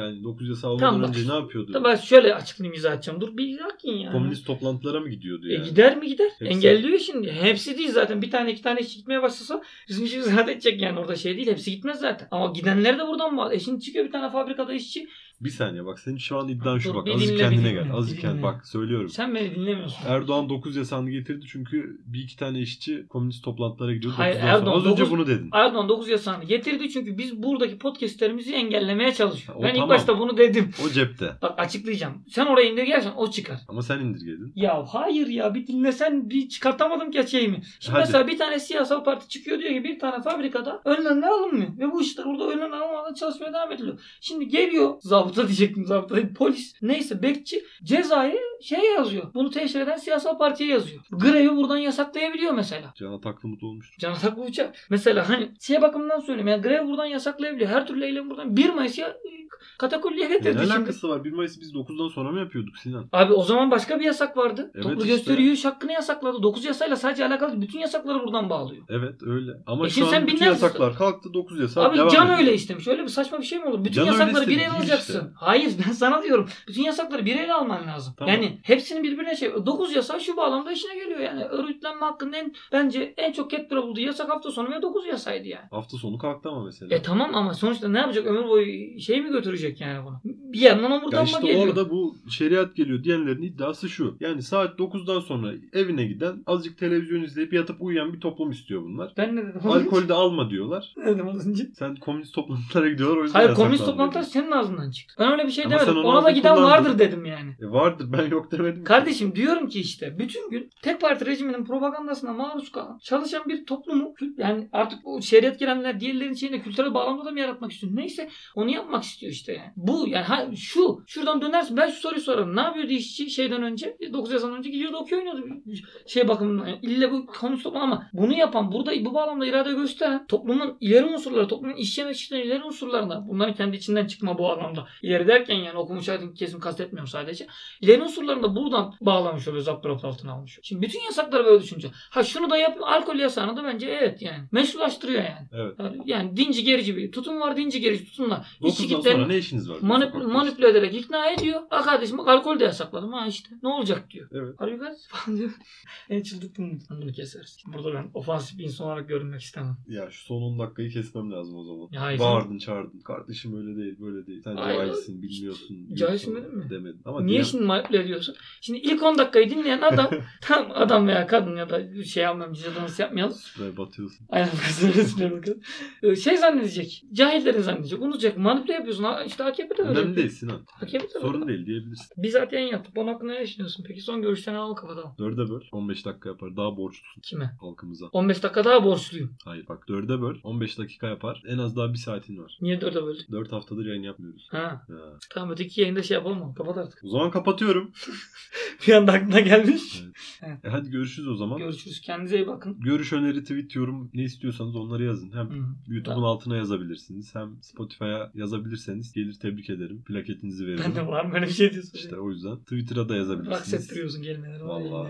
9 yasağı olmadan Tamam, bak. önce ne yapıyordu? Tabii ben şöyle açıklayayım, izah edeceğim. Dur bir dakika yani. Komünist toplantılara mı gidiyordu yani? Gider mi gider? Hepsi. Engelliyor şimdi. Hepsi değil zaten. Bir tane 2 tane işçi gitmeye başlasa bizim işimiz rahat edecek yani, orada şey değil. Hepsi gitmez zaten. Ama gidenler de buradan bağlı. Şimdi çıkıyor bir tane fabrikada işçi. Bir saniye bak, senin şu an iddian şu Dur, bak. bir Azıcık dinle, kendine bir gel. dinle, Azıcık bir kendine dinle. bak, söylüyorum. Sen beni dinlemiyorsun. Erdoğan 9 yasağını getirdi çünkü bir iki tane işçi komünist toplantılara gidiyordu. Hayır, 9'dan sonra. Erdoğan Az önce 9 bunu dedin. Erdoğan 9 yasağını getirdi çünkü biz buradaki podcastlerimizi engellemeye çalışıyoruz. O Ben ilk tamam. başta bunu dedim. O cepte. Bak açıklayacağım. Sen oraya indirgersen o çıkar. Ama sen indirgedin. Ya hayır ya, bir dinlesen bir çıkartamadım ki şeyimi. Şimdi Hadi. mesela bir tane siyasal parti çıkıyor, diyor ki bir tane fabrikada önlemler alınmıyor. Ve bu işler burada önlemler alınmadan çalışmaya devam ediliyor. Şimdi geliyor zabıta diyecektim, zabıta değil, polis. Neyse bekçi cezayı şeye yazıyor. Bunu teşhir eden siyasal partiye yazıyor. Grevi buradan yasaklayabiliyor mesela. Can Ataklı mutlu olmuştur. Can Ataklı uçak. Mesela hani şey bakımından söyleyeyim. Yani grev buradan yasaklayabiliyor. Her türlü eylem buradan 1 Mayıs'a katakulliye Ne getirdi şimdi. alakası var? 1 Mayıs'ı biz 9'dan sonra mı yapıyorduk Sinan? Abi o zaman başka bir yasak vardı. Evet Toplu işte. gösteri yürüyüş hakkını yasakladı. 9 yasayla sadece alakalı değil, bütün yasakları buradan bağlıyor. Evet öyle. Ama şimdi şu sen an bütün binler- yasaklar kalktı, 9 yasak Abi devam Can ediyor. öyle istemiş. Öyle bir saçma bir şey mi olur? Bütün Can öyle yasakları istedi, bir ele değil alacaksın. işte. Hayır, ben sana diyorum. Bütün yasakları bir ele alman lazım. Tamam. Yani hepsinin birbirine şey. 9 yasağı şu bağlamda işine geliyor yani. Örgütlenme hakkında bence en çok ketbire bulduğu yasak hafta sonu ve 9 yasaydı yani. Hafta sonu kalktı ama mesela. Tamam ama sonuçta ne yapacak? Ömür boyu şey mi götürecek yani bunu? Bir yandan Ya omurdanma işte geliyor. orada bu şeriat geliyor diyenlerin iddiası şu. Yani saat 9'dan sonra evine giden, azıcık televizyon izleyip yatıp uyuyan bir toplum istiyor bunlar. Ben ne dedim? Alkolü de alma diyorlar. Ne dedim az önce? Sen komünist toplantılara gidiyorlar, o yüzden Hayır, komünist yasaklandı toplantılar diyorsun. senin ağzından çıktı. Ben öyle bir şey Ama sen demedim. onu Ona da ağzına giden kullandın. vardır dedim yani. Vardır, ben yok demedim. ki. Kardeşim diyorum ki işte bütün gün tek parti rejiminin propagandasına maruz kalan çalışan bir toplumu, yani artık o şeriat girenler diğerlerinin şeyinde kültürel bağlamda da mı yaratmak istiyor? Neyse onu yapmak istiyor işte yani. Bu yani şuradan dönersin, ben şu soruyu sorarım. Ne yapıyordu işçi şeyden önce? 9 yazdan önce gidiyordu, okey oynuyordu. Şey bakımından yani illa bu komünist toplum, ama bunu yapan, burada bu bağlamda irade gösteren toplumun ileri unsurları, toplumun işçi emekçilerin ileri unsurlarına, bunların kendi içinden çıkma bu anlamda. İleri derken yani okumuş aydın kesim kastetmiyorum sadece. İleri unsurlarında buradan bağlamış oluyor, zapturapt altına almış oluyor. Şimdi bütün yasakları böyle düşünce. Şunu da yapıyor. Alkol yasağını da bence evet yani. Meşrulaştırıyor yani. Evet. Yani dinci gerici bir tutum var. Dinci gerici tutumla. 9'dan sonra ne işiniz var? Manipüle ederek ikna ediyor. Kardeşim bak alkol de yasakladım. İşte ne olacak diyor. Evet. Harbi kardeşim falan diyor. En çıldırttım. Bunu keseriz. Burada ben ofansif bir insan olarak görünmek istemem. Ya şu son 10 dakikayı kesmem lazım o zaman. Ya hayır. Bağırdın çağırdın. Kardeşim öyle değil, böyle değil. Sen Hayır. cahilsin, bilmiyorsun. Cahilsin diyorsun. dedim mi? Demedin. Ama Niye şimdi manipüle ediyorsun? Şimdi ilk 10 dakikayı dinleyen adam tam adam veya kadın ya da şey almayalım, cüzdanlısı yapmayalım. Böyle batıyorsun. Aynen kızlarına bakın. Şey zannedecek. Cahillerin zannedecek. Unutacak. Manipüle yapıyorsun. İşte AKP'de öyle. Önemli yapıyor. değil Sinan. AKP'de Sorun öyle. değil diyebilirsin. Bizzat yayın yaptık. Onun hakkında ne düşünüyorsun? Peki son görüşlerini alalım, kapatalım. 4'e böl. 15 dakika yapar. Daha borçlusun Kime? halkımıza. 15 dakika daha borçluyum. Hayır bak, 4'e böl. 15 dakika yapar. En az daha bir saatin var. Niye 4'e böldük? 4 haftadır yayın yapmıyoruz. Ha. Ha. Tamam, öteki yayında şey yapalım mı? Kapat artık. O zaman kapatıyorum. Bir anda aklına gelmiş. Hadi görüşürüz o zaman. Görüşürüz. Kendinize iyi bakın. Görüş, öneri, tweet, yorum ne istiyorsanız onları yazın. Hem Hı. YouTube'un Tamam. altına yazabilirsiniz. Hem Spotify'a yazabilirseniz gelir tebrik ederim. Plaketinizi veririm. Ben de var mı öyle bir şey diyorsun? İşte o yüzden. Twitter'a da yazabilirsiniz. Aksettiriyorsun kelimeleri. Valla.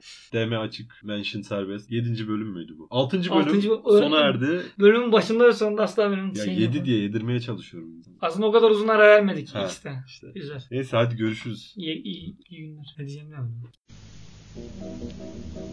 DM açık. Mention serbest. 7. bölüm müydü bu? 6. bölüm Altıncı sona erdi. Bölümün başında ve sonunda asla benim Ya şeyim 7 yok. diye yedirmeye çalışıyorum. Aslında o kadar uzun ara vermedik Ha. işte. İşte. Güzel. Neyse hadi görüşürüz. İyi günler. Ne diyeceğim ne